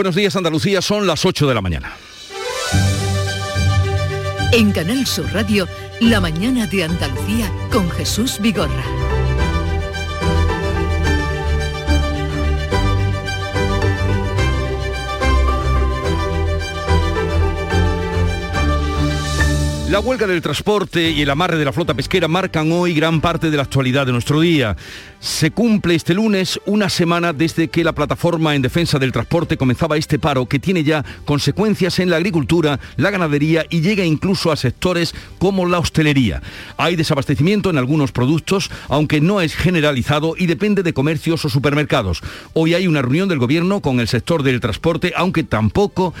Buenos días, Andalucía, son las 8 de la mañana. En Canal Sur Radio, La mañana de Andalucía con Jesús Vigorra. La huelga del transporte y el amarre de la flota pesquera marcan hoy gran parte de la actualidad de nuestro día. Se cumple este lunes una semana desde que la plataforma en defensa del transporte comenzaba este paro que tiene ya consecuencias en la agricultura, la ganadería y llega incluso a sectores como la hostelería. Hay desabastecimiento en algunos productos, aunque no es generalizado y depende de comercios o supermercados. Hoy hay una reunión del gobierno con el sector del transporte, aunque tampoco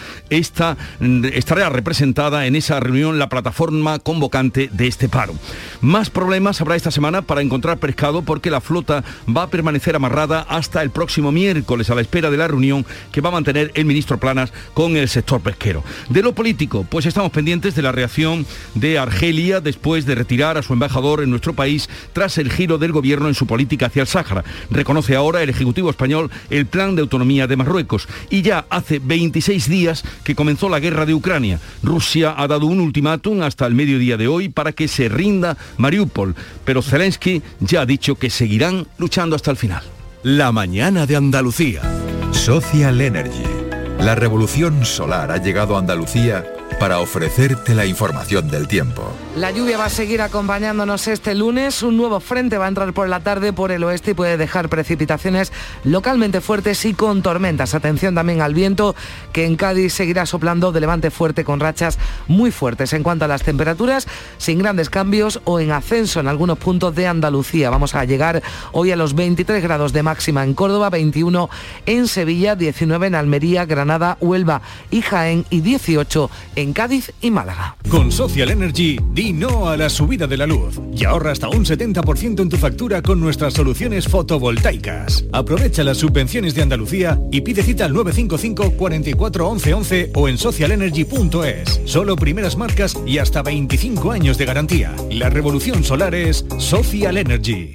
estará representada en esa reunión la plataforma convocante de este paro. Más problemas habrá esta semana para encontrar pescado porque la flota va a permanecer amarrada hasta el próximo miércoles a la espera de la reunión que va a mantener el ministro Planas con el sector pesquero. De lo político, pues estamos pendientes de la reacción de Argelia después de retirar a su embajador en nuestro país tras el giro del gobierno en su política hacia el Sáhara. Reconoce ahora el Ejecutivo español el plan de autonomía de Marruecos y ya hace 26 días que comenzó la guerra de Ucrania. Rusia ha dado un ultimátum hasta el mediodía de hoy para que se rinda Mariupol, pero Zelensky ya ha dicho que seguirán luchando hasta el final. La mañana de Andalucía. Social Energy. La revolución solar ha llegado a Andalucía para ofrecerte la información del tiempo. La lluvia va a seguir acompañándonos este lunes. Un nuevo frente va a entrar por la tarde por el oeste y puede dejar precipitaciones localmente fuertes y con tormentas. Atención también al viento, que en Cádiz seguirá soplando de levante fuerte con rachas muy fuertes. En cuanto a las temperaturas, sin grandes cambios o en ascenso en algunos puntos de Andalucía. Vamos a llegar hoy a los 23 grados de máxima en Córdoba, 21 en Sevilla, 19 en Almería, Granada, Huelva y Jaén y 18 en Cádiz y Málaga. Con Social Energy, di no a la subida de la luz y ahorra hasta un 70% en tu factura con nuestras soluciones fotovoltaicas. Aprovecha las subvenciones de Andalucía y pide cita al 955 44 11 11 o en socialenergy.es. Solo primeras marcas y hasta 25 años de garantía. La revolución solar es Social Energy.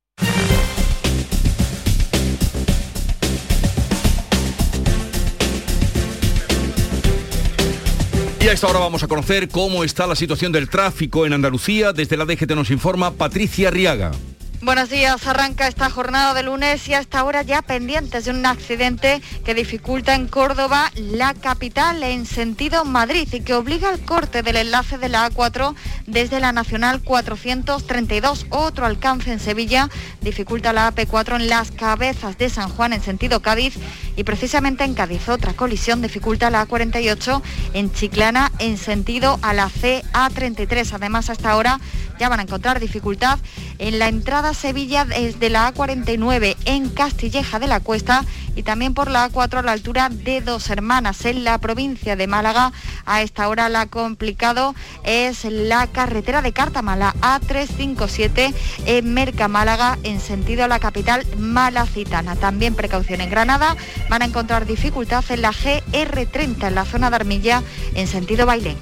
Y a esta hora vamos a conocer cómo está la situación del tráfico en Andalucía. Desde la DGT nos informa Patricia Arriaga. Buenos días, arranca esta jornada de lunes y hasta ahora ya pendientes de un accidente que dificulta en Córdoba, la capital, en sentido Madrid y que obliga al corte del enlace de la A4 desde la Nacional 432. Otro alcance en Sevilla dificulta la AP4 en Las Cabezas de San Juan en sentido Cádiz y precisamente en Cádiz otra colisión dificulta la A48 en Chiclana en sentido a la CA33. Además, hasta ahora ya van a encontrar dificultad en la entrada a Sevilla desde la A49 en Castilleja de la Cuesta y también por la A4 a la altura de Dos Hermanas en la provincia de Málaga. A esta hora la complicado es la carretera de Cártama, la A357 en Merca, Málaga, en sentido a la capital malacitana. También precaución en Granada, van a encontrar dificultad en la GR30 en la zona de Armilla en sentido Bailén.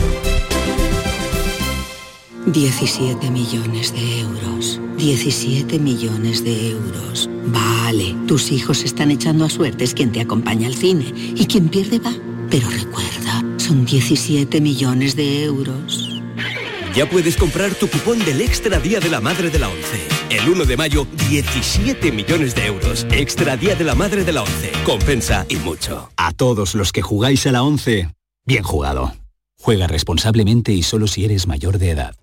17 millones de euros. 17 millones de euros. Vale, tus hijos están echando a suertes quien te acompaña al cine y quien pierde va. Pero recuerda, son 17 millones de euros. Ya puedes comprar tu cupón del Extra Día de la Madre de la ONCE. El 1 de mayo, 17 millones de euros. Extra Día de la Madre de la ONCE. Compensa y mucho. A todos los que jugáis a la ONCE, bien jugado. Juega responsablemente y solo si eres mayor de edad.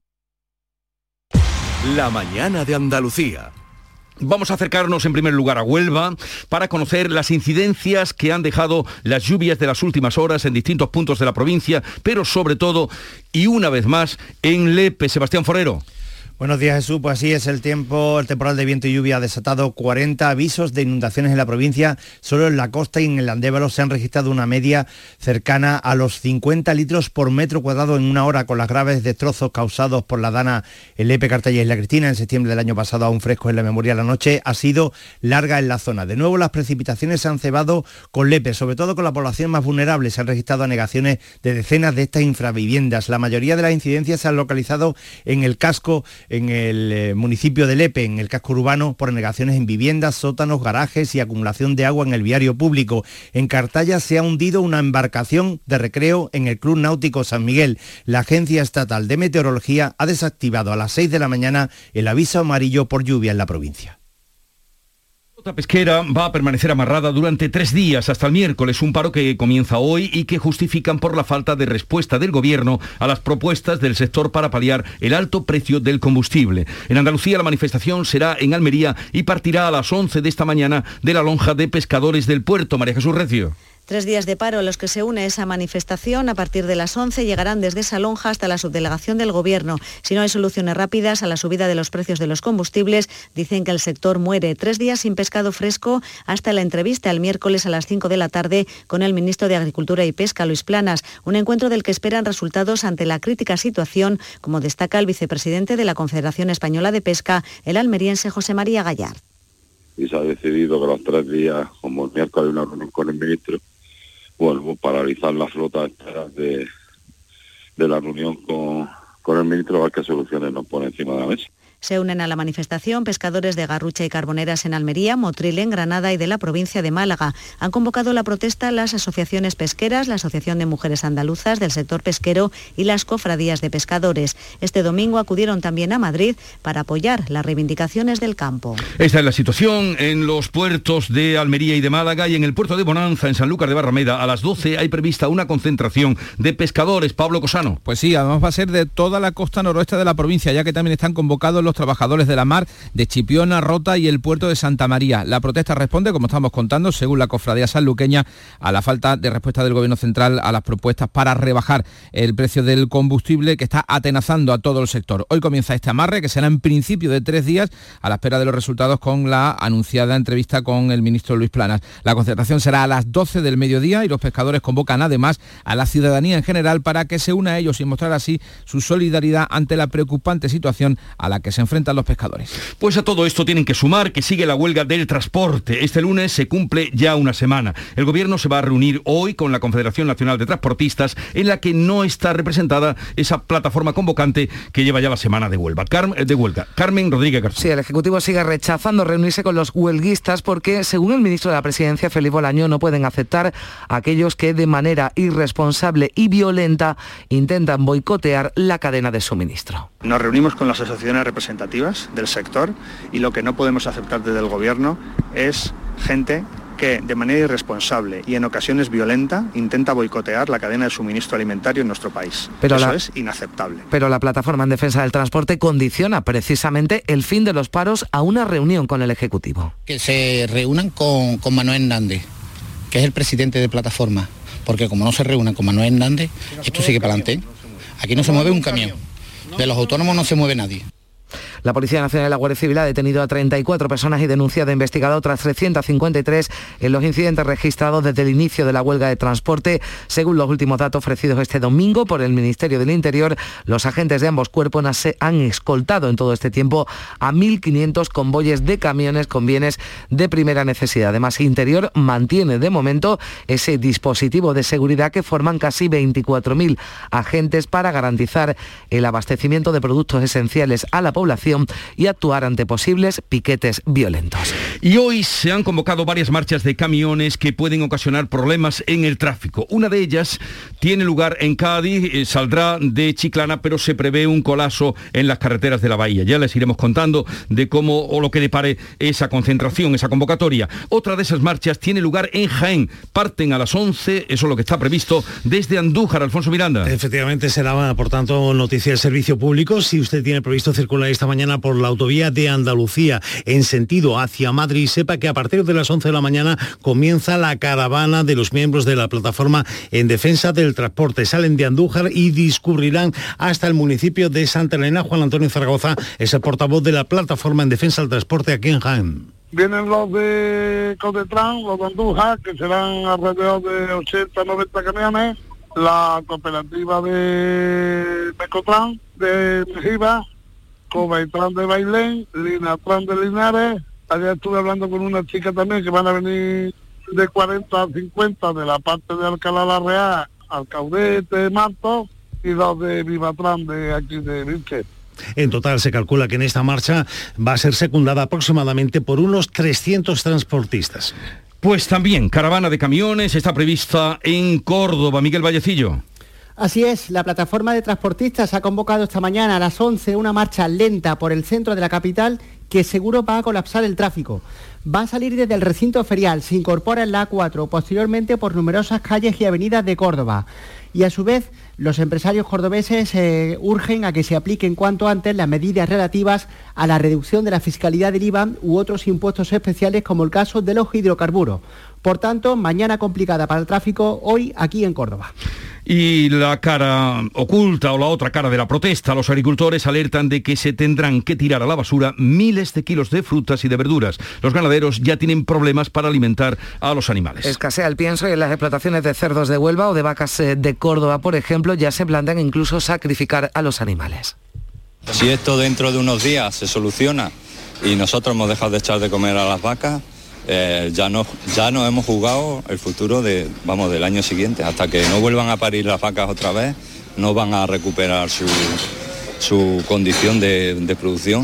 La mañana de Andalucía. Vamos a acercarnos en primer lugar a Huelva para conocer las incidencias que han dejado las lluvias de las últimas horas en distintos puntos de la provincia, pero sobre todo, y una vez más, en Lepe. Sebastián Forero. Buenos días, Jesús. Pues así es el tiempo. El temporal de viento y lluvia ha desatado 40 avisos de inundaciones en la provincia. Solo en la costa y en el Andévalo se han registrado una media cercana a los 50 litros por metro cuadrado en una hora, con los graves destrozos causados por la dana en Lepe, Cartaya y Isla Cristina en septiembre del año pasado, aún fresco en la memoria. La noche ha sido larga en la zona. De nuevo, las precipitaciones se han cebado con Lepe, sobre todo con la población más vulnerable. Se han registrado anegaciones de decenas de estas infraviviendas. La mayoría de las incidencias se han localizado en el casco en el municipio de Lepe, en el casco urbano, por anegaciones en viviendas, sótanos, garajes y acumulación de agua en el viario público. En Cartaya se ha hundido una embarcación de recreo en el Club Náutico San Miguel. La Agencia Estatal de Meteorología ha desactivado a las 6 de la mañana el aviso amarillo por lluvia en la provincia. La flota pesquera va a permanecer amarrada durante 3 días hasta el miércoles, un paro que comienza hoy y que justifican por la falta de respuesta del Gobierno a las propuestas del sector para paliar el alto precio del combustible. En Andalucía la manifestación será en Almería y partirá a las 11 de esta mañana de la lonja de pescadores del puerto. María Jesús Recio. 3 días de paro a los que se une esa manifestación. A partir de las 11 llegarán desde esa lonja hasta la subdelegación del Gobierno. Si no hay soluciones rápidas a la subida de los precios de los combustibles, dicen que el sector muere. 3 días sin pescado fresco hasta la entrevista el miércoles a las 5 de la tarde con el ministro de Agricultura y Pesca, Luis Planas. Un encuentro del que esperan resultados ante la crítica situación, como destaca el vicepresidente de la Confederación Española de Pesca, el almeriense José María Gallard. Y se ha decidido que los 3 días, como el miércoles, una reunión con el ministro, bueno, paralizar la flota de la reunión con el ministro, a ver qué soluciones nos pone encima de la mesa. Se unen a la manifestación pescadores de Garrucha y Carboneras en Almería, Motril en Granada y de la provincia de Málaga. Han convocado la protesta las asociaciones pesqueras, la Asociación de Mujeres Andaluzas del sector pesquero y las cofradías de pescadores. Este domingo acudieron también a Madrid para apoyar las reivindicaciones del campo. Esta es la situación en los puertos de Almería y de Málaga, y en el puerto de Bonanza, en Sanlúcar de Barrameda, a las 12 hay prevista una concentración de pescadores. Pablo Cosano. Pues sí, además va a ser de toda la costa noroeste de la provincia, ya que también están convocados los trabajadores de la mar de Chipiona, Rota y el puerto de Santa María. La protesta responde, como estamos contando, según la cofradía sanluqueña, a la falta de respuesta del Gobierno central a las propuestas para rebajar el precio del combustible, que está atenazando a todo el sector. Hoy comienza este amarre, que será en principio de 3 días, a la espera de los resultados con la anunciada entrevista con el ministro Luis Planas. La concentración será a las 12 del mediodía y los pescadores convocan además a la ciudadanía en general para que se una a ellos y mostrar así su solidaridad ante la preocupante situación a la que se enfrentan los pescadores. Pues a todo esto tienen que sumar que sigue la huelga del transporte. Este lunes se cumple ya una semana. El Gobierno se va a reunir hoy con la Confederación Nacional de Transportistas, en la que no está representada esa plataforma convocante que lleva ya la semana de huelga. Carmen Rodríguez Garzón. Sí, el Ejecutivo sigue rechazando reunirse con los huelguistas porque, según el ministro de la Presidencia, Félix Bolaño, no pueden aceptar a aquellos que de manera irresponsable y violenta intentan boicotear la cadena de suministro. Nos reunimos con las asociaciones representativas del sector y lo que no podemos aceptar desde el Gobierno es gente que de manera irresponsable y en ocasiones violenta intenta boicotear la cadena de suministro alimentario en nuestro país. Eso es inaceptable. Pero la Plataforma en Defensa del Transporte condiciona precisamente el fin de los paros a una reunión con el Ejecutivo. Que se reúnan con Manuel Hernández, que es el presidente de Plataforma, porque como no se reúnan con Manuel Hernández, esto sigue para adelante. Aquí no se mueve un camión, de los autónomos no se mueve nadie. La Policía Nacional y la Guardia Civil ha detenido a 34 personas y denunciado e investigado otras 353 en los incidentes registrados desde el inicio de la huelga de transporte. Según los últimos datos ofrecidos este domingo por el Ministerio del Interior, los agentes de ambos cuerpos han escoltado en todo este tiempo a 1.500 convoyes de camiones con bienes de primera necesidad. Además, Interior mantiene de momento ese dispositivo de seguridad que forman casi 24.000 agentes para garantizar el abastecimiento de productos esenciales a la población y actuar ante posibles piquetes violentos. Y hoy se han convocado varias marchas de camiones que pueden ocasionar problemas en el tráfico. Una de ellas tiene lugar en Cádiz, saldrá de Chiclana, pero se prevé un colapso en las carreteras de la bahía. Ya les iremos contando de cómo o lo que depare esa concentración, esa convocatoria. Otra de esas marchas tiene lugar en Jaén. Parten a las 11, eso es lo que está previsto, desde Andújar. Alfonso Miranda. Efectivamente será, por tanto, noticia del servicio público. Si usted tiene previsto circular esta mañana por la autovía de Andalucía en sentido hacia Madrid, sepa que a partir de las 11 de la mañana comienza la caravana de los miembros de la Plataforma en Defensa del Transporte. Salen de Andújar y discurrirán hasta el municipio de Santa Elena. Juan Antonio Zaragoza es el portavoz de la Plataforma en Defensa del Transporte aquí en Jaén. Vienen los de Codetran, los de Andújar, que serán alrededor de 80-90 camiones, la cooperativa de Mecotran, de Mejiva, Cobaitran de Bailén, Linatran de Linares. Ayer estuve hablando con una chica también que van a venir de 40 a 50 de la parte de Alcalá la Real, Alcaudete, Marto, y los de Vivatran de aquí de Vilche. En total se calcula que en esta marcha va a ser secundada aproximadamente por unos 300 transportistas. Pues también caravana de camiones está prevista en Córdoba. Miguel Vallecillo. Así es, la plataforma de transportistas ha convocado esta mañana a las 11 una marcha lenta por el centro de la capital que seguro va a colapsar el tráfico. Va a salir desde el recinto ferial, se incorpora en la A4, posteriormente por numerosas calles y avenidas de Córdoba. Y a su vez, los empresarios cordobeses urgen a que se apliquen cuanto antes las medidas relativas a la reducción de la fiscalidad del IVA u otros impuestos especiales, como el caso de los hidrocarburos. Por tanto, mañana complicada para el tráfico hoy aquí en Córdoba. Y la cara oculta o la otra cara de la protesta, los agricultores alertan de que se tendrán que tirar a la basura miles de kilos de frutas y de verduras. Los ganaderos ya tienen problemas para alimentar a los animales. Escasea el pienso y en las explotaciones de cerdos de Huelva o de vacas de Córdoba, por ejemplo, ya se plantean incluso sacrificar a los animales. Si esto dentro de unos días se soluciona y nosotros hemos dejado de echar de comer a las vacas, ya no hemos jugado el futuro del año siguiente. Hasta que no vuelvan a parir las vacas otra vez, no van a recuperar su condición de producción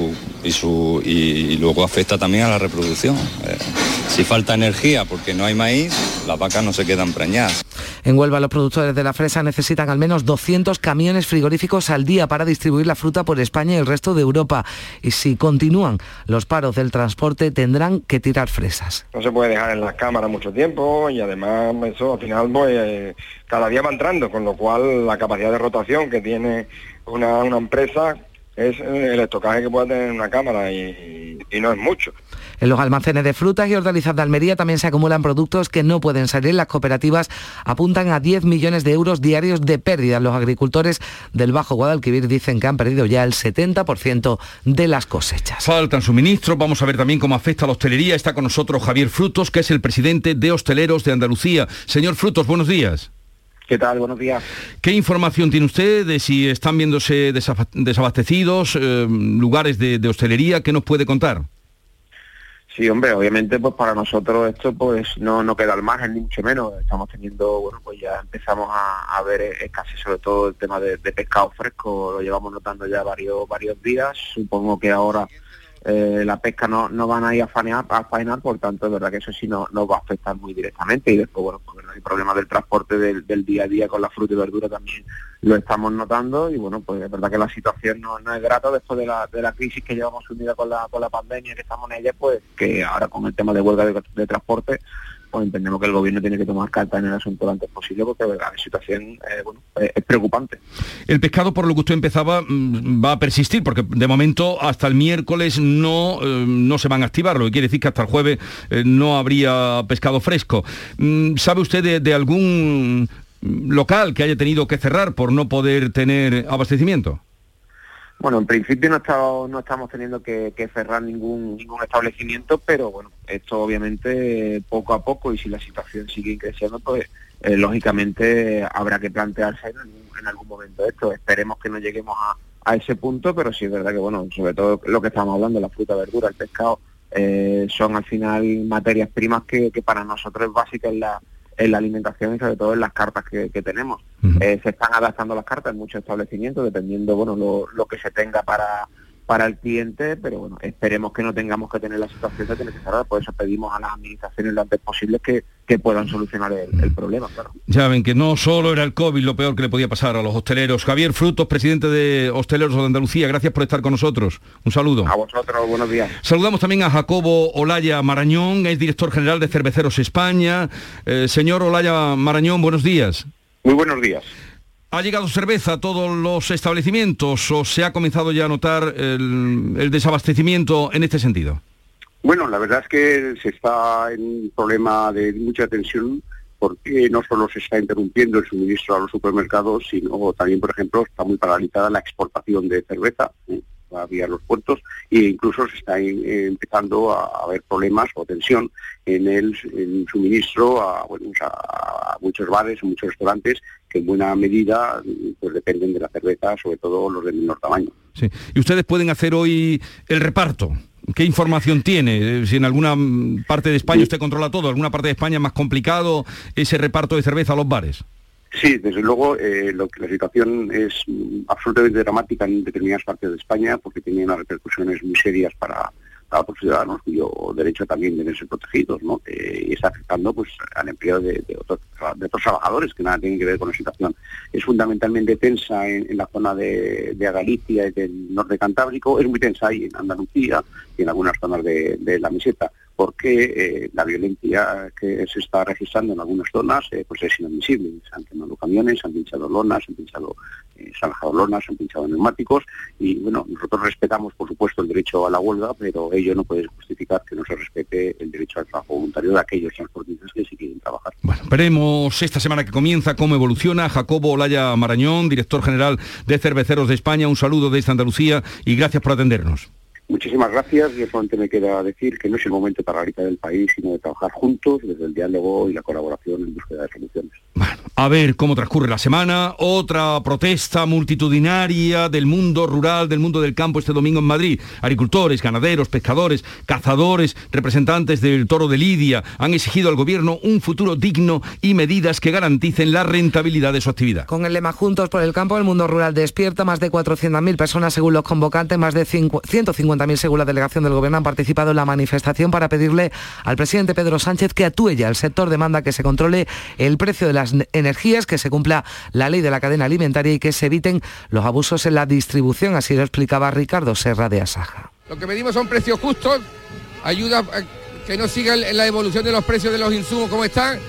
y luego afecta también a la reproducción. Si falta energía porque no hay maíz, las vacas no se quedan preñadas. En Huelva, los productores de la fresa necesitan al menos 200 camiones frigoríficos al día para distribuir la fruta por España y el resto de Europa. Y si continúan los paros del transporte, tendrán que tirar fresas. No se puede dejar en las cámaras mucho tiempo y además eso al final pues cada día va entrando, con lo cual la capacidad de rotación que tiene una empresa es el estocaje que puede tener una cámara y no es mucho. En los almacenes de frutas y hortalizas de Almería también se acumulan productos que no pueden salir. Las cooperativas apuntan a 10 millones de euros diarios de pérdidas. Los agricultores del Bajo Guadalquivir dicen que han perdido ya el 70% de las cosechas. Faltan suministros. Vamos a ver también cómo afecta a la hostelería. Está con nosotros Javier Frutos, que es el presidente de Hosteleros de Andalucía. Señor Frutos, buenos días. ¿Qué tal? Buenos días. ¿Qué información tiene usted de si están viéndose desabastecidos lugares de hostelería? ¿Qué nos puede contar? Sí, hombre, obviamente pues para nosotros esto pues no queda al margen, ni mucho menos. Estamos teniendo, bueno, pues ya empezamos a ver escasez, sobre todo el tema de pescado fresco, lo llevamos notando ya varios días. Supongo que ahora la pesca no van a ir a faenar, por tanto es verdad que eso sí nos va a afectar muy directamente. Y después, bueno, pues el problema del transporte del día a día con la fruta y verdura también lo estamos notando. Y bueno, pues es verdad que la situación no es grata después de la crisis que llevamos sumida con la pandemia, que estamos en ella, pues que ahora con el tema de huelga de transporte, pues entendemos que el gobierno tiene que tomar carta en el asunto lo antes posible, porque la situación es preocupante. El pescado, por lo que usted empezaba, va a persistir, porque de momento hasta el miércoles no se van a activar, lo que quiere decir que hasta el jueves no habría pescado fresco. ¿Sabe usted de algún local que haya tenido que cerrar por no poder tener abastecimiento? Bueno, en principio no estamos teniendo que cerrar ningún establecimiento, pero bueno, esto obviamente poco a poco, y si la situación sigue creciendo, pues lógicamente habrá que plantearse en algún momento esto. Esperemos que no lleguemos a ese punto, pero sí es verdad que, bueno, sobre todo lo que estamos hablando, la fruta, verdura, el pescado, son al final materias primas que para nosotros es básica en la alimentación y sobre todo en las cartas que tenemos. Se están adaptando las cartas en muchos establecimientos, dependiendo, bueno, lo que se tenga para el cliente, pero bueno, esperemos que no tengamos que tener la situación de tener que cerrar. Por eso pedimos a las administraciones lo antes posible que puedan solucionar el problema, claro. Ya ven que no solo era el COVID lo peor que le podía pasar a los hosteleros. Javier Frutos, presidente de Hosteleros de Andalucía, gracias por estar con nosotros. Un saludo. A vosotros, buenos días. Saludamos también a Jacobo Olaya Marañón, es director general de Cerveceros España. Señor Olaya Marañón, buenos días. Muy buenos días. ¿Ha llegado cerveza a todos los establecimientos o se ha comenzado ya a notar el desabastecimiento en este sentido? Bueno, la verdad es que se está en un problema de mucha tensión, porque no solo se está interrumpiendo el suministro a los supermercados, sino también, por ejemplo, está muy paralizada la exportación de cerveza vía los puertos, e incluso se está empezando a haber problemas o tensión en el suministro a muchos bares, a muchos restaurantes que en buena medida pues dependen de la cerveza, sobre todo los de menor tamaño. Sí. ¿Y ustedes pueden hacer hoy el reparto? ¿Qué información tiene? Si en alguna parte de España usted controla todo, ¿alguna parte de España es más complicado ese reparto de cerveza a los bares? Sí, desde luego la situación es absolutamente dramática en determinadas partes de España porque tiene unas repercusiones muy serias para otros ciudadanos cuyo derecho también deben ser protegidos, ¿no? Y está afectando pues al empleo de otros trabajadores que nada tienen que ver con la situación. Es fundamentalmente tensa en la zona de Galicia y del norte cantábrico, es muy tensa ahí en Andalucía y en algunas zonas de la meseta, porque la violencia que se está registrando en algunas zonas pues es inadmisible. Se han quemado camiones, se han pinchado lonas, se han bajado lonas, se han pinchado neumáticos y bueno, nosotros respetamos por supuesto el derecho a la huelga, pero ello no puede justificar que no se respete el derecho al trabajo voluntario de aquellos transportistas que sí quieren trabajar. Bueno, veremos esta semana que comienza cómo evoluciona. Jacobo Olaya Marañón, director general de Cerveceros de España, un saludo desde Andalucía y gracias por atendernos. Muchísimas gracias y solamente me queda decir que no es el momento de paralizar el país, sino de trabajar juntos desde el diálogo y la colaboración en búsqueda de soluciones. Bueno, a ver cómo transcurre la semana. Otra protesta multitudinaria del mundo rural, del mundo del campo este domingo en Madrid. Agricultores, ganaderos, pescadores, cazadores, representantes del toro de Lidia han exigido al gobierno un futuro digno y medidas que garanticen la rentabilidad de su actividad. Con el lema Juntos por el campo, el mundo rural despierta. Más de 400.000 personas según los convocantes, más de 150.000 según la delegación del gobierno han participado en la manifestación para pedirle al presidente Pedro Sánchez que actúe ya. El sector demanda que se controle el precio de las energías, que se cumpla la ley de la cadena alimentaria y que se eviten los abusos en la distribución. Así lo explicaba Ricardo Serra de Asaja. Lo que pedimos son precios justos, ayuda a que no siga la evolución de los precios de los insumos como están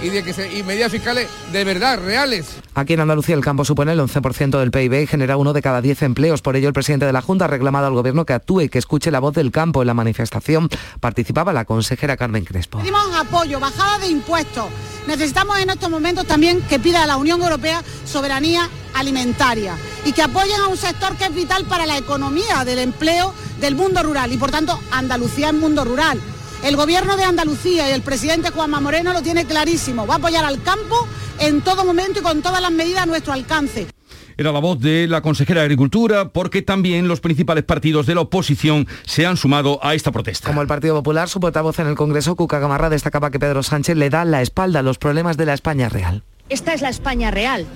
y medidas fiscales de verdad, reales. Aquí en Andalucía el campo supone el 11% del PIB y genera 1 de cada 10 empleos. Por ello el presidente de la Junta ha reclamado al gobierno que actúe y que escuche la voz del campo. En la manifestación participaba la consejera Carmen Crespo. Pedimos apoyo, bajada de impuestos. Necesitamos en estos momentos también que pida a la Unión Europea soberanía alimentaria y que apoyen a un sector que es vital para la economía del empleo del mundo rural y por tanto Andalucía es mundo rural. El gobierno de Andalucía y el presidente Juanma Moreno lo tiene clarísimo. Va a apoyar al campo en todo momento y con todas las medidas a nuestro alcance. Era la voz de la consejera de Agricultura, porque también los principales partidos de la oposición se han sumado a esta protesta. Como el Partido Popular, su portavoz en el Congreso, Cuca Gamarra, destacaba que Pedro Sánchez le da la espalda a los problemas de la España real. Esta es la España real,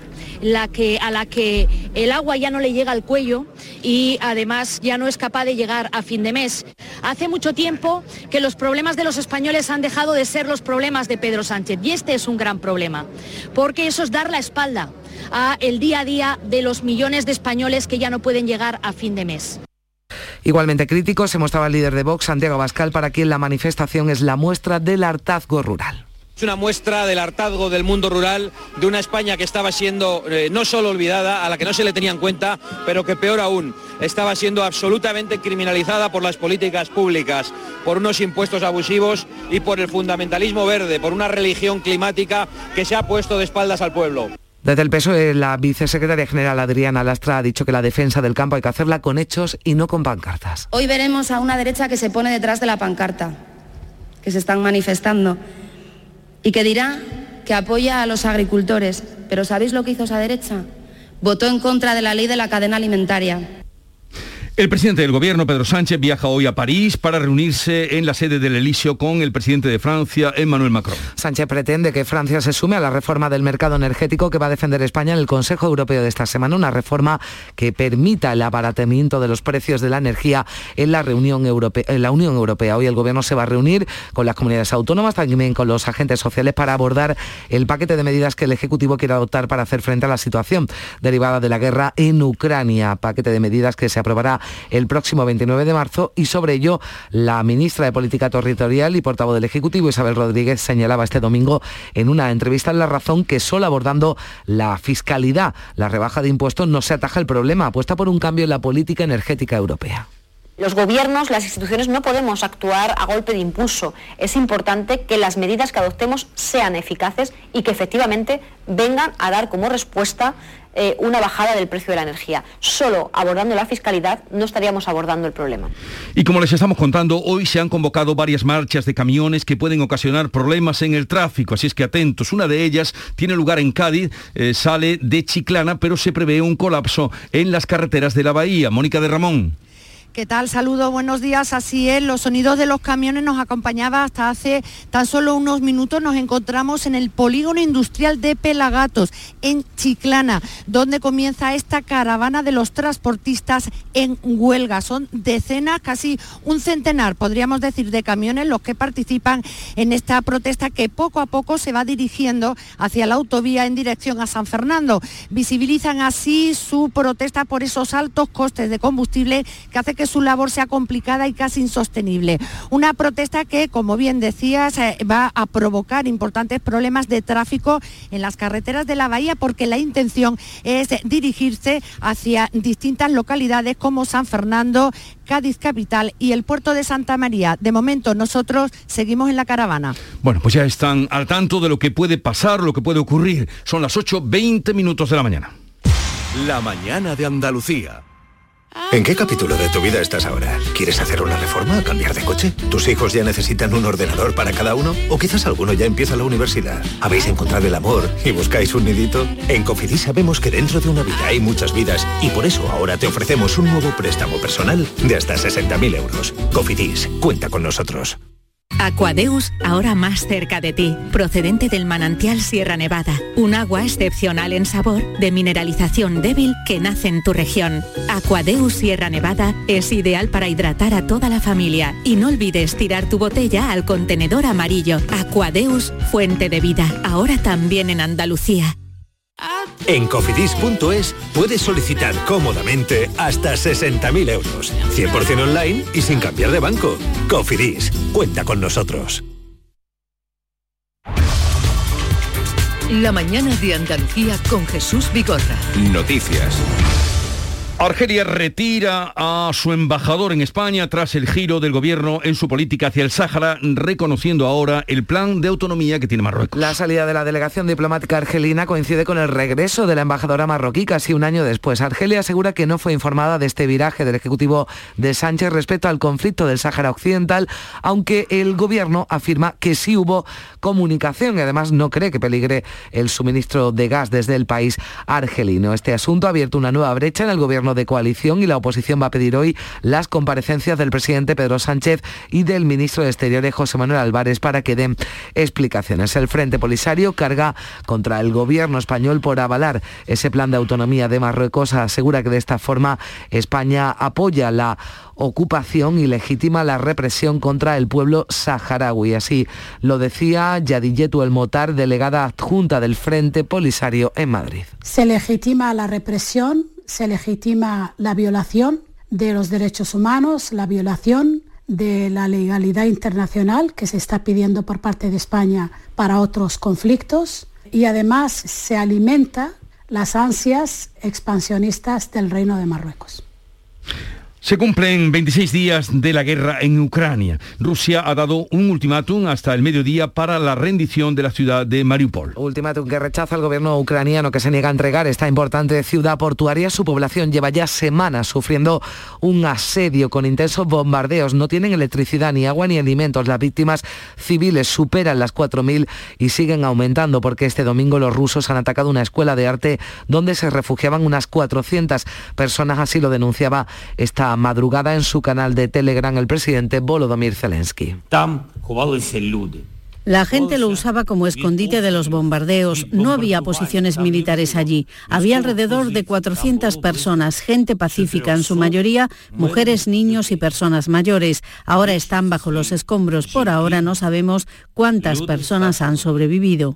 a la que el agua ya no le llega al cuello y además ya no es capaz de llegar a fin de mes. Hace mucho tiempo que los problemas de los españoles han dejado de ser los problemas de Pedro Sánchez y este es un gran problema, porque eso es dar la espalda a el día a día de los millones de españoles que ya no pueden llegar a fin de mes. Igualmente crítico se mostraba el líder de Vox, Santiago Abascal, para quien la manifestación es la muestra del hartazgo rural. Es una muestra del hartazgo del mundo rural, de una España que estaba siendo no solo olvidada, a la que no se le tenía en cuenta, pero que peor aún, estaba siendo absolutamente criminalizada por las políticas públicas, por unos impuestos abusivos y por el fundamentalismo verde, por una religión climática que se ha puesto de espaldas al pueblo. Desde el PSOE, la vicesecretaria general Adriana Lastra ha dicho que la defensa del campo hay que hacerla con hechos y no con pancartas. Hoy veremos a una derecha que se pone detrás de la pancarta, que se están manifestando, y que dirá que apoya a los agricultores. Pero ¿sabéis lo que hizo esa derecha? Votó en contra de la ley de la cadena alimentaria. El presidente del gobierno, Pedro Sánchez, viaja hoy a París para reunirse en la sede del Elíseo con el presidente de Francia, Emmanuel Macron. Sánchez pretende que Francia se sume a la reforma del mercado energético que va a defender España en el Consejo Europeo de esta semana, una reforma que permita el abaratamiento de los precios de la energía en la Unión Europea. Hoy el gobierno se va a reunir con las comunidades autónomas, también con los agentes sociales, para abordar el paquete de medidas que el Ejecutivo quiere adoptar para hacer frente a la situación derivada de la guerra en Ucrania. Paquete de medidas que se aprobará el próximo 29 de marzo y sobre ello la ministra de Política Territorial y portavoz del Ejecutivo, Isabel Rodríguez, señalaba este domingo en una entrevista en La Razón que solo abordando la fiscalidad, la rebaja de impuestos, no se ataja el problema. Apuesta por un cambio en la política energética europea. Los gobiernos, las instituciones no podemos actuar a golpe de impulso. Es importante que las medidas que adoptemos sean eficaces y que efectivamente vengan a dar como respuesta una bajada del precio de la energía. Solo abordando la fiscalidad no estaríamos abordando el problema. Y como les estamos contando, hoy se han convocado varias marchas de camiones que pueden ocasionar problemas en el tráfico, así es que atentos. Una de ellas tiene lugar en Cádiz, sale de Chiclana, pero se prevé un colapso en las carreteras de la bahía. Mónica de Ramón. ¿Qué tal? Saludos, buenos días. Así es, los sonidos de los camiones nos acompañaban hasta hace tan solo unos minutos. Nos encontramos en el polígono industrial de Pelagatos, en Chiclana, donde comienza esta caravana de los transportistas en huelga. Son decenas, casi un centenar, podríamos decir, de camiones los que participan en esta protesta que poco a poco se va dirigiendo hacia la autovía en dirección a San Fernando. Visibilizan así su protesta por esos altos costes de combustible que hace que su labor sea complicada y casi insostenible. Una protesta que, como bien decías, va a provocar importantes problemas de tráfico en las carreteras de la bahía, porque la intención es dirigirse hacia distintas localidades como San Fernando, Cádiz capital y el puerto de Santa María. De momento nosotros seguimos en la caravana. Bueno, pues ya están al tanto de lo que puede pasar, lo que puede ocurrir. Son las 8:20 de la mañana. La mañana de Andalucía. ¿En qué capítulo de tu vida estás ahora? ¿Quieres hacer una reforma o cambiar de coche? ¿Tus hijos ya necesitan un ordenador para cada uno? ¿O quizás alguno ya empieza la universidad? ¿Habéis encontrado el amor y buscáis un nidito? En Cofidis sabemos que dentro de una vida hay muchas vidas y por eso ahora te ofrecemos un nuevo préstamo personal de hasta 60.000 euros. Cofidis, cuenta con nosotros. Aquadeus, ahora más cerca de ti, procedente del manantial Sierra Nevada, un agua excepcional en sabor, de mineralización débil que nace en tu región. Aquadeus Sierra Nevada es ideal para hidratar a toda la familia y no olvides tirar tu botella al contenedor amarillo. Aquadeus, fuente de vida, ahora también en Andalucía. En cofidis.es puedes solicitar cómodamente hasta 60.000 euros, 100% online y sin cambiar de banco. Cofidis, cuenta con nosotros. La mañana de Andalucía con Jesús Vigorra. Noticias. Argelia retira a su embajador en España tras el giro del gobierno en su política hacia el Sáhara, reconociendo ahora el plan de autonomía que tiene Marruecos. La salida de la delegación diplomática argelina coincide con el regreso de la embajadora marroquí casi un año después. Argelia asegura que no fue informada de este viraje del Ejecutivo de Sánchez respecto al conflicto del Sáhara Occidental, aunque el gobierno afirma que sí hubo comunicación y además no cree que peligre el suministro de gas desde el país argelino. Este asunto ha abierto una nueva brecha en el gobierno de coalición y la oposición va a pedir hoy las comparecencias del presidente Pedro Sánchez y del ministro de Exteriores José Manuel Álvarez para que den explicaciones. El Frente Polisario carga contra el gobierno español por avalar ese plan de autonomía de Marruecos. Asegura que de esta forma España apoya la ocupación y legitima la represión contra el pueblo saharaui. Así lo decía Yadiyetu El Motar, delegada adjunta del Frente Polisario en Madrid. Se legitima la represión, se legitima la violación de los derechos humanos, la violación de la legalidad internacional que se está pidiendo por parte de España para otros conflictos y además se alimenta las ansias expansionistas del Reino de Marruecos. Se cumplen 26 días de la guerra en Ucrania. Rusia ha dado un ultimátum hasta el mediodía para la rendición de la ciudad de Mariupol. Ultimátum que rechaza el gobierno ucraniano, que se niega a entregar esta importante ciudad portuaria. Su población lleva ya semanas sufriendo un asedio con intensos bombardeos. No tienen electricidad, ni agua, ni alimentos. Las víctimas civiles superan las 4.000 y siguen aumentando porque este domingo los rusos han atacado una escuela de arte donde se refugiaban unas 400 personas. Así lo denunciaba esta madrugada en su canal de Telegram el presidente Volodymyr Zelensky. La gente lo usaba como escondite de los bombardeos. No había posiciones militares allí. Había alrededor de 400 personas, gente pacífica, en su mayoría mujeres, niños y personas mayores. Ahora están bajo los escombros. Por ahora no sabemos cuántas personas han sobrevivido.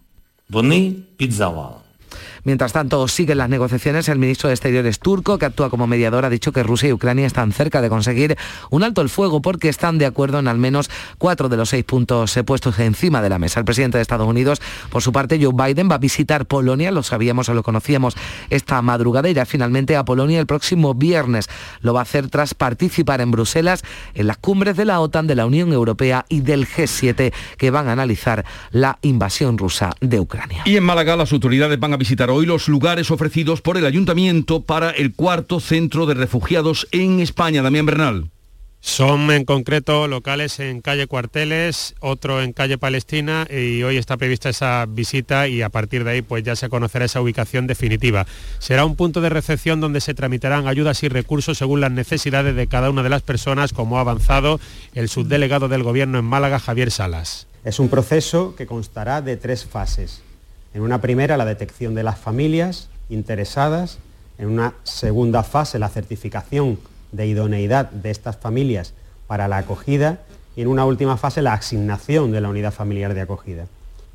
Mientras tanto, siguen las negociaciones. El ministro de Exteriores turco, que actúa como mediador, ha dicho que Rusia y Ucrania están cerca de conseguir un alto el fuego porque están de acuerdo en al menos 4 de los 6 puntos puestos encima de la mesa. El presidente de Estados Unidos, por su parte, Joe Biden, va a visitar Polonia, lo sabíamos o lo conocíamos esta madrugada, irá finalmente a Polonia el próximo viernes. Lo va a hacer tras participar en Bruselas en las cumbres de la OTAN, de la Unión Europea y del G7, que van a analizar la invasión rusa de Ucrania. Y en Málaga las autoridades van a visitar hoy los lugares ofrecidos por el Ayuntamiento para el 4.º centro de refugiados en España. Damián Bernal. Son en concreto locales en calle Cuarteles, otro en calle Palestina, y hoy está prevista esa visita y a partir de ahí pues ya se conocerá esa ubicación definitiva. Será un punto de recepción donde se tramitarán ayudas y recursos según las necesidades de cada una de las personas, como ha avanzado el subdelegado del Gobierno en Málaga, Javier Salas. Es un proceso que constará de 3 fases. En una primera, la detección de las familias interesadas. En una segunda fase, la certificación de idoneidad de estas familias para la acogida. Y en una última fase, la asignación de la unidad familiar de acogida.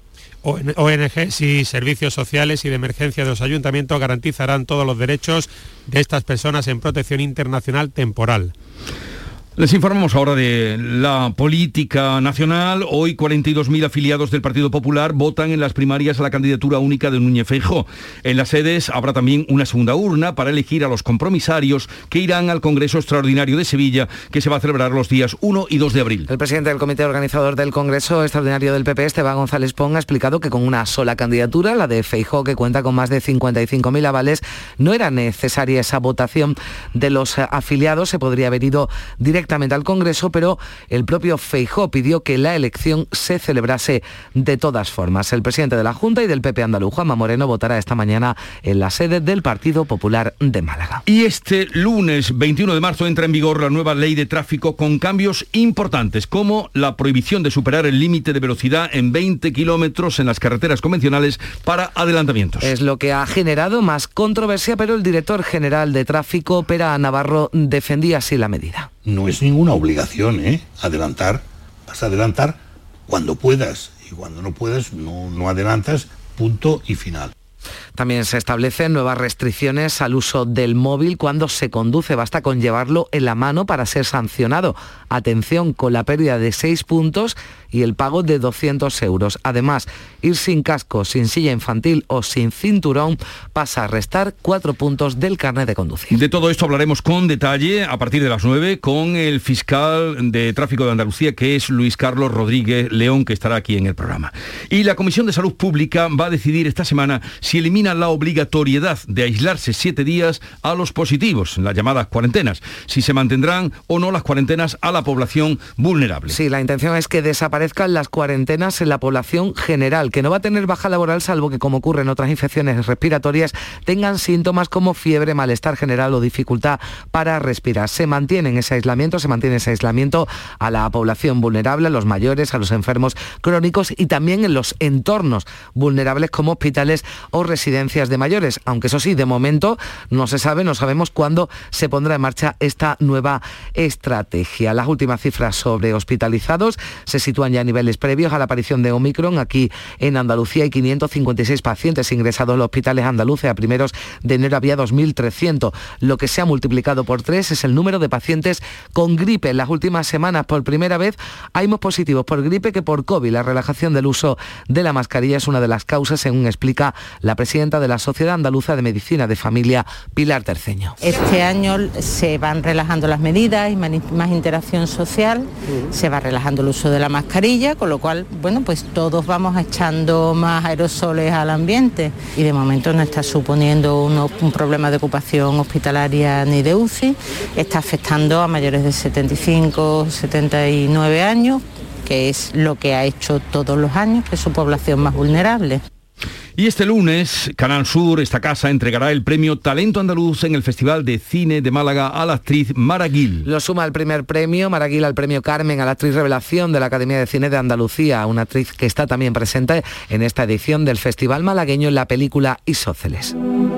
ONGs y servicios sociales y de emergencia de los ayuntamientos garantizarán todos los derechos de estas personas en protección internacional temporal. Les informamos ahora de la política nacional. Hoy 42.000 afiliados del Partido Popular votan en las primarias a la candidatura única de Núñez Feijóo. En las sedes habrá también una segunda urna para elegir a los compromisarios que irán al Congreso Extraordinario de Sevilla, que se va a celebrar los días 1 y 2 de abril. El presidente del comité organizador del Congreso Extraordinario del PP, Esteban González Pons, ha explicado que con una sola candidatura, la de Feijóo, que cuenta con más de 55.000 avales, no era necesaria esa votación de los afiliados. Se podría haber ido directamente al Congreso, pero el propio Feijóo pidió que la elección se celebrase de todas formas. El presidente de la Junta y del PP andaluz, Juanma Moreno, votará esta mañana en la sede del Partido Popular de Málaga. Y este lunes 21 de marzo entra en vigor la nueva ley de tráfico con cambios importantes, como la prohibición de superar el límite de velocidad en 20 kilómetros en las carreteras convencionales para adelantamientos. Es lo que ha generado más controversia, pero el director general de tráfico, Pera Navarro, defendía así la medida. No es ninguna obligación, adelantar. Vas a adelantar cuando puedas y cuando no puedas no adelantas, punto y final. También se establecen nuevas restricciones al uso del móvil cuando se conduce. Basta con llevarlo en la mano para ser sancionado. Atención, con la pérdida de 6 puntos y el pago de 200 euros. Además, ir sin casco, sin silla infantil o sin cinturón pasa a restar 4 puntos del carnet de conducir. De todo esto hablaremos con detalle a partir de las 9 con el fiscal de tráfico de Andalucía, que es Luis Carlos Rodríguez León, que estará aquí en el programa. Y la Comisión de Salud Pública va a decidir esta semana si elimina la obligatoriedad de aislarse 7 días a los positivos, las llamadas cuarentenas, si se mantendrán o no las cuarentenas a la población vulnerable. Sí, la intención es que desaparezcan las cuarentenas en la población general, que no va a tener baja laboral, salvo que, como ocurre en otras infecciones respiratorias, tengan síntomas como fiebre, malestar general o dificultad para respirar. Se mantiene ese aislamiento a la población vulnerable, a los mayores, a los enfermos crónicos y también en los entornos vulnerables como hospitales o residencias de mayores, aunque eso sí, de momento no sabemos cuándo se pondrá en marcha esta nueva estrategia. Las últimas cifras sobre hospitalizados se sitúan ya a niveles previos a la aparición de Omicron. Aquí en Andalucía hay 556 pacientes ingresados en los hospitales andaluces. A primeros de enero había 2.300. Lo que se ha multiplicado por 3 es el número de pacientes con gripe. En las últimas semanas, por primera vez, hay más positivos por gripe que por COVID. La relajación del uso de la mascarilla es una de las causas, según explica la presidenta de la Sociedad Andaluza de Medicina de Familia, Pilar Terceño. Este año se van relajando las medidas, hay más interacción social, se va relajando el uso de la mascarilla, con lo cual, pues todos vamos echando más aerosoles al ambiente y de momento no está suponiendo un problema de ocupación hospitalaria ni de UCI, está afectando a mayores de 75, 79 años, que es lo que ha hecho todos los años, que es su población más vulnerable. Y este lunes, Canal Sur, esta casa, entregará el premio Talento Andaluz en el Festival de Cine de Málaga a la actriz Mara Gil. Lo suma el primer premio, Mara Gil al premio Carmen, a la actriz revelación de la Academia de Cine de Andalucía, una actriz que está también presente en esta edición del Festival malagueño en la película Isósceles.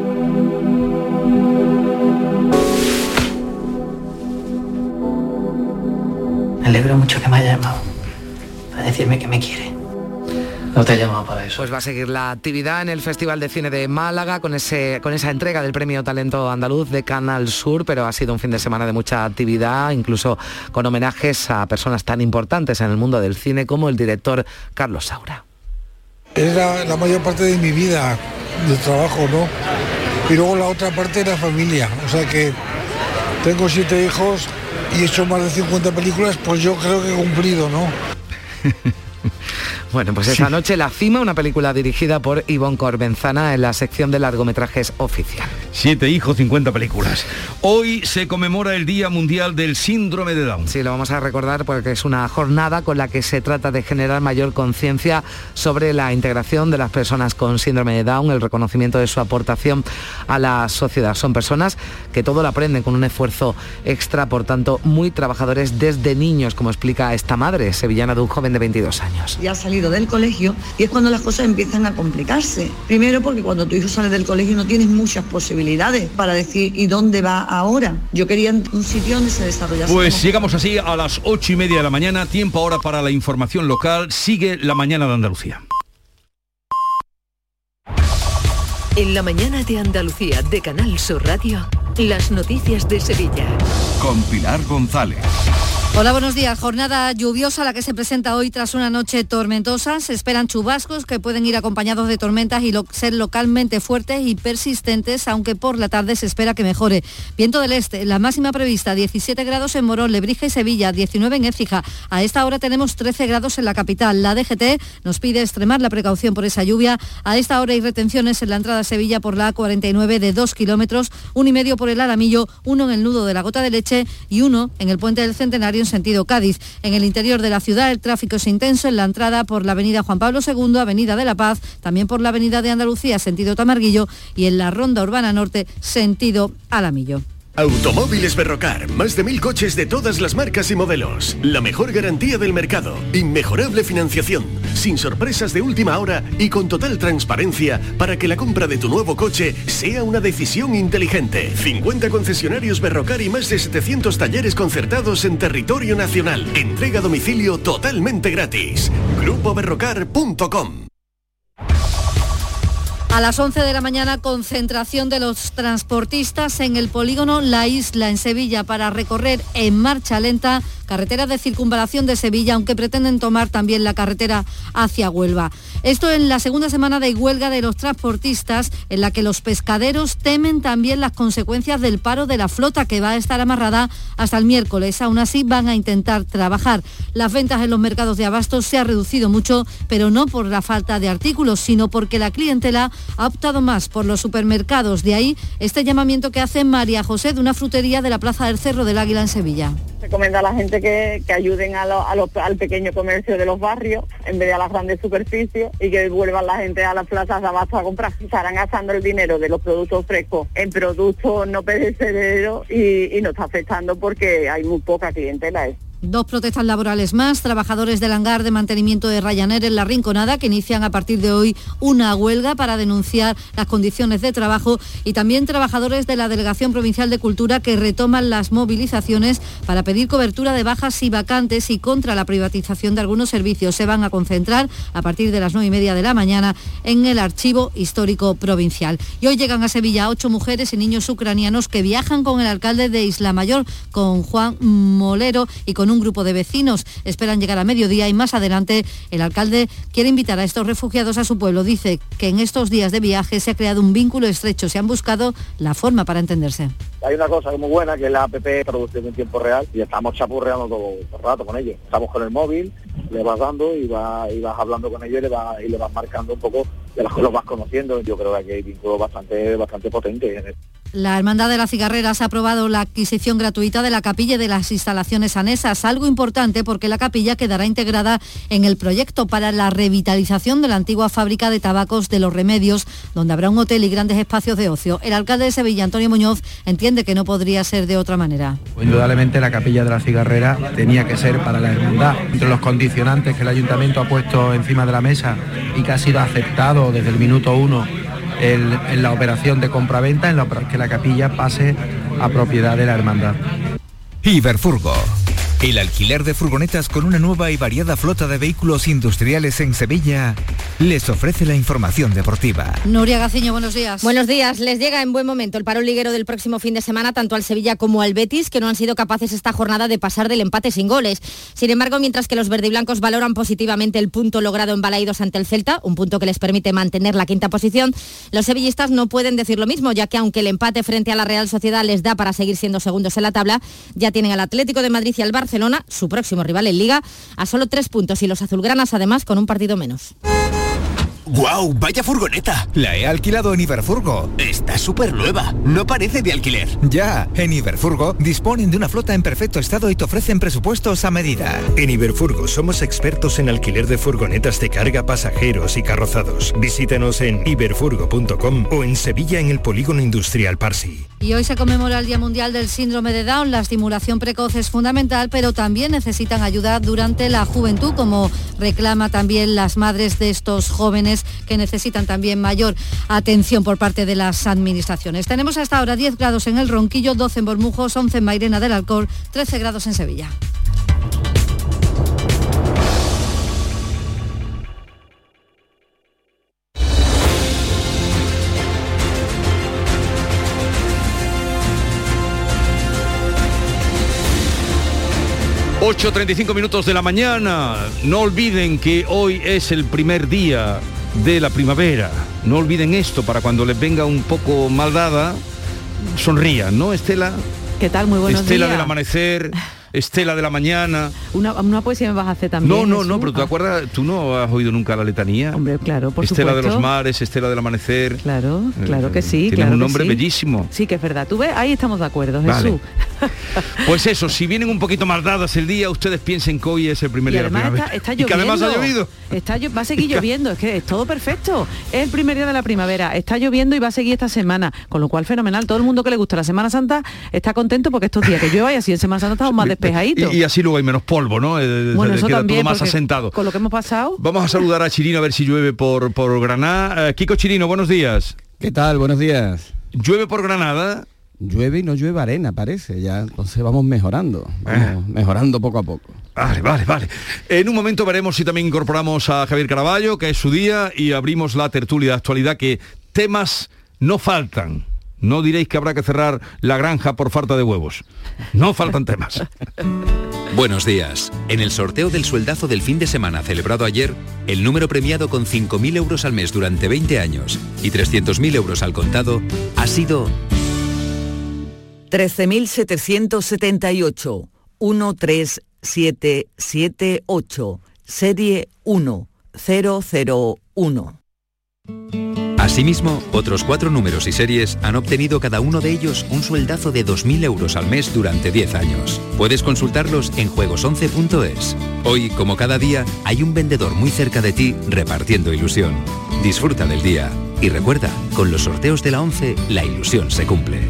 Me alegro mucho que me haya llamado para decirme que me quiere. No te he llamado para eso. Pues va a seguir la actividad en el Festival de Cine de Málaga con esa entrega del Premio Talento Andaluz de Canal Sur, pero ha sido un fin de semana de mucha actividad, incluso con homenajes a personas tan importantes en el mundo del cine como el director Carlos Saura. Era la mayor parte de mi vida, de trabajo, ¿no? Y luego la otra parte era familia, o sea que tengo 7 hijos y he hecho más de 50 películas, pues yo creo que he cumplido, ¿no? Bueno, pues esa noche La Cima, una película dirigida por Ivonne Corbenzana en la sección de largometrajes oficial. 7 hijos, 50 películas. Hoy se conmemora el Día Mundial del Síndrome de Down. Sí, lo vamos a recordar porque es una jornada con la que se trata de generar mayor conciencia sobre la integración de las personas con síndrome de Down, el reconocimiento de su aportación a la sociedad. Son personas que todo lo aprenden con un esfuerzo extra, por tanto, muy trabajadores desde niños, como explica esta madre sevillana de un joven de 22 años. Ya ha salido del colegio y es cuando las cosas empiezan a complicarse. Primero porque cuando tu hijo sale del colegio no tienes muchas posibilidades para decir ¿y dónde va ahora? Yo quería un sitio donde se desarrollase. Pues llegamos así a las 8:30 de la mañana, tiempo ahora para la información local. Sigue La Mañana de Andalucía. En La Mañana de Andalucía de Canal Sur Radio, las noticias de Sevilla. Con Pilar González. Hola, buenos días. Jornada lluviosa la que se presenta hoy tras una noche tormentosa. Se esperan chubascos que pueden ir acompañados de tormentas y ser localmente fuertes y persistentes, aunque por la tarde se espera que mejore. Viento del este, la máxima prevista 17 grados en Morón, Lebrija y Sevilla, 19 en Écija. A esta hora tenemos 13 grados en la capital. La DGT nos pide extremar la precaución por esa lluvia. A esta hora hay retenciones en la entrada a Sevilla por la A49 de 2 kilómetros, 1,5 por el Aramillo, 1 en el nudo de la Gota de Leche y 1 en el Puente del Centenario en sentido Cádiz. En el interior de la ciudad el tráfico es intenso en la entrada por la avenida Juan Pablo II, avenida de la Paz, también por la avenida de Andalucía, sentido Tamarguillo, y en la ronda urbana norte, sentido Alamillo. Automóviles Berrocar, más de 1000 coches de todas las marcas y modelos. La mejor garantía del mercado, inmejorable financiación, sin sorpresas de última hora y con total transparencia para que la compra de tu nuevo coche sea una decisión inteligente. 50 concesionarios Berrocar y más de 700 talleres concertados en territorio nacional. Entrega a domicilio totalmente gratis. GrupoBerrocar.com. A las 11 de la mañana, concentración de los transportistas en el polígono La Isla, en Sevilla, para recorrer en marcha lenta carreteras de circunvalación de Sevilla, aunque pretenden tomar también la carretera hacia Huelva. Esto en la segunda semana de huelga de los transportistas, en la que los pescaderos temen también las consecuencias del paro de la flota, que va a estar amarrada hasta el miércoles. Aún así, van a intentar trabajar. Las ventas en los mercados de abastos se han reducido mucho, pero no por la falta de artículos, sino porque la clientela ha optado más por los supermercados. De ahí este llamamiento que hace María José, de una frutería de la Plaza del Cerro del Águila en Sevilla. Recomienda a la gente que ayuden al pequeño comercio de los barrios en vez de a las grandes superficies, y que vuelvan la gente a las plazas de abasto a comprar. Estarán gastando el dinero de los productos frescos en productos no perecederos y nos está afectando porque hay muy poca clientela. 2 protestas laborales más, trabajadores del hangar de mantenimiento de Ryanair en La Rinconada, que inician a partir de hoy una huelga para denunciar las condiciones de trabajo, y también trabajadores de la Delegación Provincial de Cultura, que retoman las movilizaciones para pedir cobertura de bajas y vacantes y contra la privatización de algunos servicios. Se van a concentrar a partir de las 9:30 de la mañana en el Archivo Histórico Provincial. Y hoy llegan a Sevilla 8 mujeres y niños ucranianos que viajan con el alcalde de Isla Mayor, con Juan Molero, y con un grupo de vecinos. Esperan llegar a mediodía y más adelante el alcalde quiere invitar a estos refugiados a su pueblo. Dice que en estos días de viaje se ha creado un vínculo estrecho, se han buscado la forma para entenderse. Hay una cosa muy buena, que es la app traducción en tiempo real, y estamos chapurreando todo el rato con ellos. Estamos con el móvil, le vas dando y vas hablando con ellos y le vas marcando un poco, de los que los vas conociendo. Yo creo que aquí hay vínculos bastante potentes. La Hermandad de las Cigarreras ha aprobado la adquisición gratuita de la capilla y de las instalaciones anexas, algo importante porque la capilla quedará integrada en el proyecto para la revitalización de la antigua fábrica de tabacos de Los Remedios, donde habrá un hotel y grandes espacios de ocio. El alcalde de Sevilla, Antonio Muñoz, entiende que no podría ser de otra manera. Indudablemente la capilla de la Cigarrera tenía que ser para la hermandad. Entre los condicionantes que el ayuntamiento ha puesto encima de la mesa y que ha sido aceptado desde el minuto 1 en la operación de compraventa, que la capilla pase a propiedad de la hermandad. Iberfurgo, el alquiler de furgonetas con una nueva y variada flota de vehículos industriales en Sevilla, les ofrece la información deportiva. Nuria Gaciño, buenos días. Buenos días. Les llega en buen momento el parón liguero del próximo fin de semana, tanto al Sevilla como al Betis, que no han sido capaces esta jornada de pasar del empate sin goles. Sin embargo, mientras que los verdiblancos valoran positivamente el punto logrado en Balaídos ante el Celta, un punto que les permite mantener la quinta posición, los sevillistas no pueden decir lo mismo, ya que aunque el empate frente a la Real Sociedad les da para seguir siendo segundos en la tabla, ya tienen al Atlético de Madrid y al Barça Barcelona, su próximo rival en Liga, a solo 3 puntos y los azulgranas además con un partido menos. ¡Guau! ¡Vaya furgoneta! La he alquilado en Iberfurgo. Está súper nueva, no parece de alquiler. Ya, en Iberfurgo disponen de una flota en perfecto estado y te ofrecen presupuestos a medida. En Iberfurgo somos expertos en alquiler de furgonetas de carga, pasajeros y carrozados. Visítanos en iberfurgo.com o en Sevilla en el Polígono Industrial Parsi. Y hoy se conmemora el Día Mundial del Síndrome de Down. La estimulación precoz es fundamental, pero también necesitan ayuda durante la juventud, como reclama también las madres de estos jóvenes que necesitan también mayor atención por parte de las administraciones. Tenemos hasta ahora 10 grados en el Ronquillo, 12 en Bormujos, 11 en Mairena del Alcor, 13 grados en Sevilla. ...8:35 de la mañana. No olviden que hoy es el primer día de la primavera. No olviden esto para cuando les venga un poco mal dada, sonrían, ¿no, Estela? ¿Qué tal? Muy buenos Estela días. del amanecer, Estela de la mañana. Una poesía me vas a hacer también. No, pero ¿tú te acuerdas? ¿Tú no has oído nunca la letanía? Hombre, claro, por Estela supuesto. de los mares, Estela del amanecer. Claro que sí. Tiene claro un nombre que sí. bellísimo. Sí, que es verdad. Tú ves, ahí estamos de acuerdo, Jesús. Vale. Pues eso, si vienen un poquito mal dadas el día, ustedes piensen que hoy es el primer Y día de la además primavera. está Y que lloviendo. además ha llovido. Va a seguir lloviendo, es que es todo perfecto. Es el primer día de la primavera, está lloviendo y va a seguir esta semana, con lo cual fenomenal. Todo el mundo que le gusta la Semana Santa está contento porque estos días que llueva y así en Semana Santa estamos más despejaditos. Y así luego hay menos polvo, ¿no? Bueno, eso queda también, todo más porque asentado. Con lo que hemos pasado. Vamos a saludar a Chirino a ver si llueve por Granada. Kiko Chirino, buenos días. ¿Qué tal? Buenos días. ¿Llueve por Granada? Llueve y no llueve arena, parece. Ya, entonces vamos mejorando. Mejorando poco a poco. Vale. En un momento veremos si también incorporamos a Javier Caraballo, que es su día, y abrimos la tertulia de actualidad, que temas no faltan. No diréis que habrá que cerrar la granja por falta de huevos. No faltan temas. Buenos días. En el sorteo del sueldazo del fin de semana celebrado ayer, el número premiado con 5.000 euros al mes durante 20 años y 300.000 euros al contado ha sido 13.778, 13778, serie 1001. Asimismo, otros 4 números y series han obtenido cada uno de ellos un sueldazo de 2.000 euros al mes durante 10 años. Puedes consultarlos en juegos11.es. Hoy, como cada día, hay un vendedor muy cerca de ti repartiendo ilusión. Disfruta del día. Y recuerda, con los sorteos de la 11, la ilusión se cumple.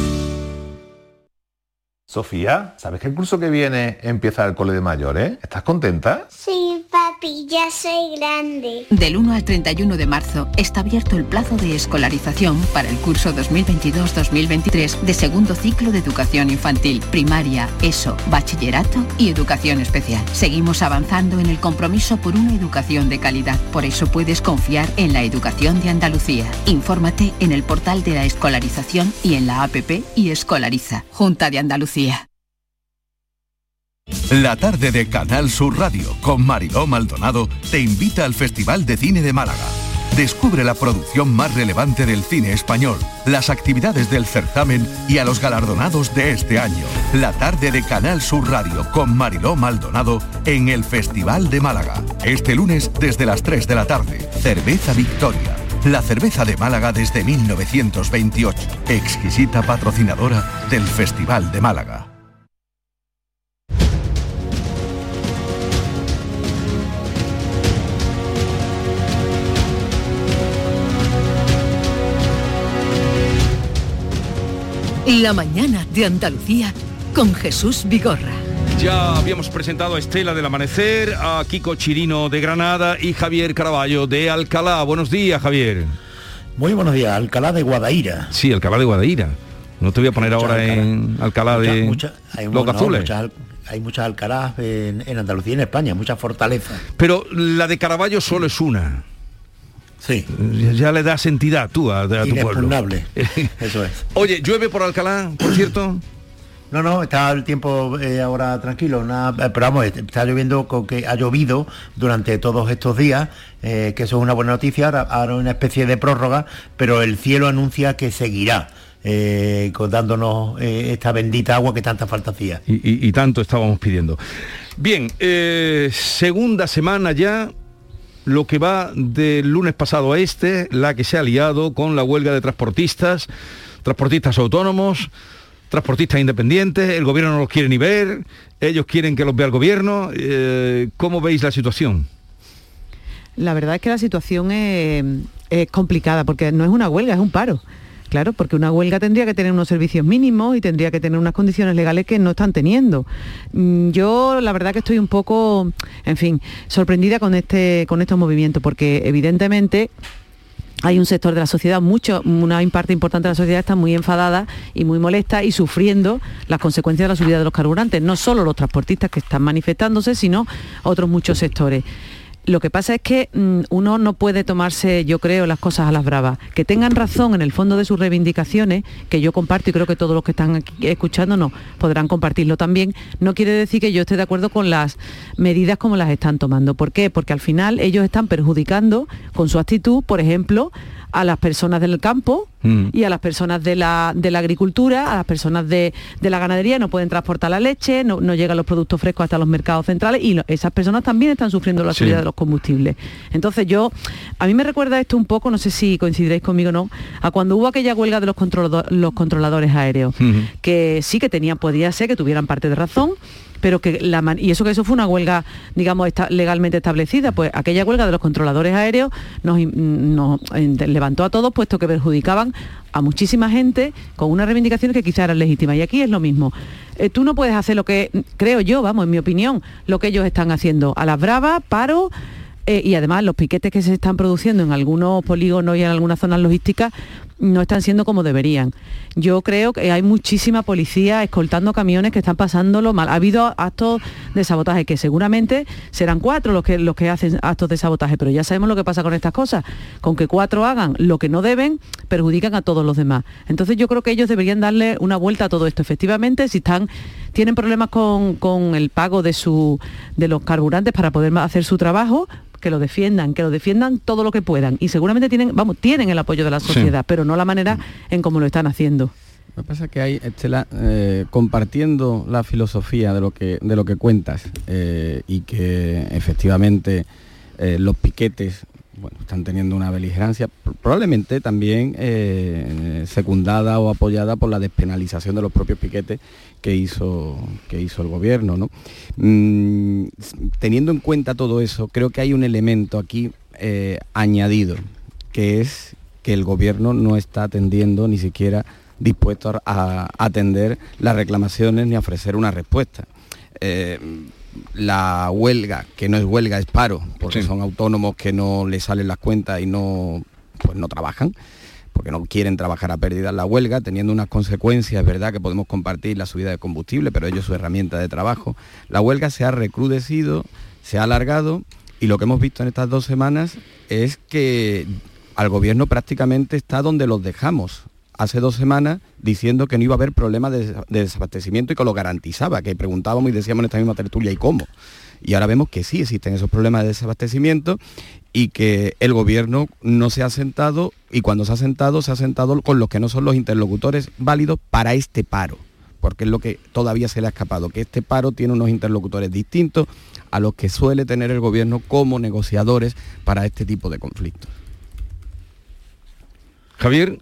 Sofía, ¿sabes que el curso que viene empieza el cole de mayores? ¿Estás contenta? Sí, papi, ya soy grande. Del 1 al 31 de marzo está abierto el plazo de escolarización para el curso 2022-2023 de segundo ciclo de educación infantil, primaria, ESO, bachillerato y educación especial. Seguimos avanzando en el compromiso por una educación de calidad. Por eso puedes confiar en la educación de Andalucía. Infórmate en el portal de la escolarización y en la APP y Escolariza, Junta de Andalucía. La tarde de Canal Sur Radio con Mariló Maldonado te invita al Festival de Cine de Málaga. Descubre la producción más relevante del cine español, las actividades del certamen y a los galardonados de este año. La tarde de Canal Sur Radio con Mariló Maldonado en el Festival de Málaga. Este lunes desde las 3 de la tarde. Cerveza Victoria. La cerveza de Málaga desde 1928. Exquisita patrocinadora del Festival de Málaga. La mañana de Andalucía con Jesús Vigorra. Ya habíamos presentado a Estela del Amanecer, a Kiko Chirino de Granada y Javier Caraballo de Alcalá. Buenos días, Javier. Muy buenos días, Alcalá de Guadaira. Sí, Alcalá de Guadaira. No te voy a poner ahora en Alcalá de Los Azules. Hay muchas Alcalás en Andalucía y en España, muchas fortalezas. Pero la de Caraballo solo es una. Sí. Ya le das entidad tú a tu pueblo. Inexpugnable, eso es. Oye, ¿llueve por Alcalá, por cierto? No, está el tiempo ahora tranquilo, pero vamos, está lloviendo, que ha llovido durante todos estos días, que eso es una buena noticia, ahora una especie de prórroga, pero el cielo anuncia que seguirá dándonos esta bendita agua que tanta falta hacía. Y tanto estábamos pidiendo. Bien, segunda semana ya, lo que va del lunes pasado a la que se ha liado con la huelga de transportistas autónomos, transportistas independientes. El gobierno no los quiere ni ver, ellos quieren que los vea el gobierno. ¿Cómo veis la situación? La verdad es que la situación es complicada, porque no es una huelga, es un paro. Claro, porque una huelga tendría que tener unos servicios mínimos y tendría que tener unas condiciones legales que no están teniendo. Yo la verdad que estoy un poco, en fin, sorprendida con estos movimientos, porque evidentemente hay un sector de la sociedad, una parte importante de la sociedad está muy enfadada y muy molesta y sufriendo las consecuencias de la subida de los carburantes, no solo los transportistas que están manifestándose, sino otros muchos sectores. Lo que pasa es que uno no puede tomarse, yo creo, las cosas a las bravas. Que tengan razón en el fondo de sus reivindicaciones, que yo comparto y creo que todos los que están aquí escuchándonos podrán compartirlo también, no quiere decir que yo esté de acuerdo con las medidas como las están tomando. ¿Por qué? Porque al final ellos están perjudicando con su actitud, por ejemplo, a las personas del campo y a las personas de la agricultura, a las personas de la ganadería. No pueden transportar la leche, no llegan los productos frescos hasta los mercados centrales, y esas personas también están sufriendo la subida de los combustibles. Entonces a mí me recuerda esto un poco, no sé si coincidiréis conmigo o no, a cuando hubo aquella huelga de los controladores aéreos, que sí que podía ser que tuvieran parte de razón, pero que eso fue una huelga, digamos, legalmente establecida. Pues aquella huelga de los controladores aéreos nos levantó a todos, puesto que perjudicaban a muchísima gente con unas reivindicaciones que quizás eran legítimas. Y aquí es lo mismo. Tú no puedes hacer lo que, creo yo, en mi opinión, lo que ellos están haciendo. A las bravas, paro, y además los piquetes que se están produciendo en algunos polígonos y en algunas zonas logísticas no están siendo como deberían. Yo creo que hay muchísima policía escoltando camiones que están pasándolo mal. Ha habido actos de sabotaje, que seguramente serán 4 los que hacen actos de sabotaje, pero ya sabemos lo que pasa con estas cosas. Con que 4 hagan lo que no deben, perjudican a todos los demás. Entonces yo creo que ellos deberían darle una vuelta a todo esto. Efectivamente, si tienen problemas con el pago de los carburantes para poder hacer su trabajo, que lo defiendan todo lo que puedan, y seguramente tienen el apoyo de la sociedad, pero no la manera en cómo lo están haciendo. Lo que pasa es que hay, Estela, compartiendo la filosofía de lo que cuentas, y que efectivamente los piquetes están teniendo una beligerancia, probablemente también secundada o apoyada por la despenalización de los propios piquetes que hizo el gobierno, ¿no? Teniendo en cuenta todo eso, creo que hay un elemento aquí añadido, que es que el gobierno no está atendiendo, ni siquiera dispuesto a atender las reclamaciones ni a ofrecer una respuesta. La huelga, que no es huelga, es paro, porque son autónomos que no les salen las cuentas y no trabajan, porque no quieren trabajar a pérdida en la huelga, teniendo unas consecuencias, es verdad que podemos compartir la subida de combustible, pero ello es su herramienta de trabajo. La huelga se ha recrudecido, se ha alargado, y lo que hemos visto en estas 2 semanas es que al gobierno prácticamente está donde los dejamos hace 2 semanas, diciendo que no iba a haber problemas de desabastecimiento y que lo garantizaba, que preguntábamos y decíamos en esta misma tertulia, ¿y cómo? Y ahora vemos que sí existen esos problemas de desabastecimiento y que el gobierno no se ha sentado, y cuando se ha sentado con los que no son los interlocutores válidos para este paro, porque es lo que todavía se le ha escapado, que este paro tiene unos interlocutores distintos a los que suele tener el gobierno como negociadores para este tipo de conflictos. Javier.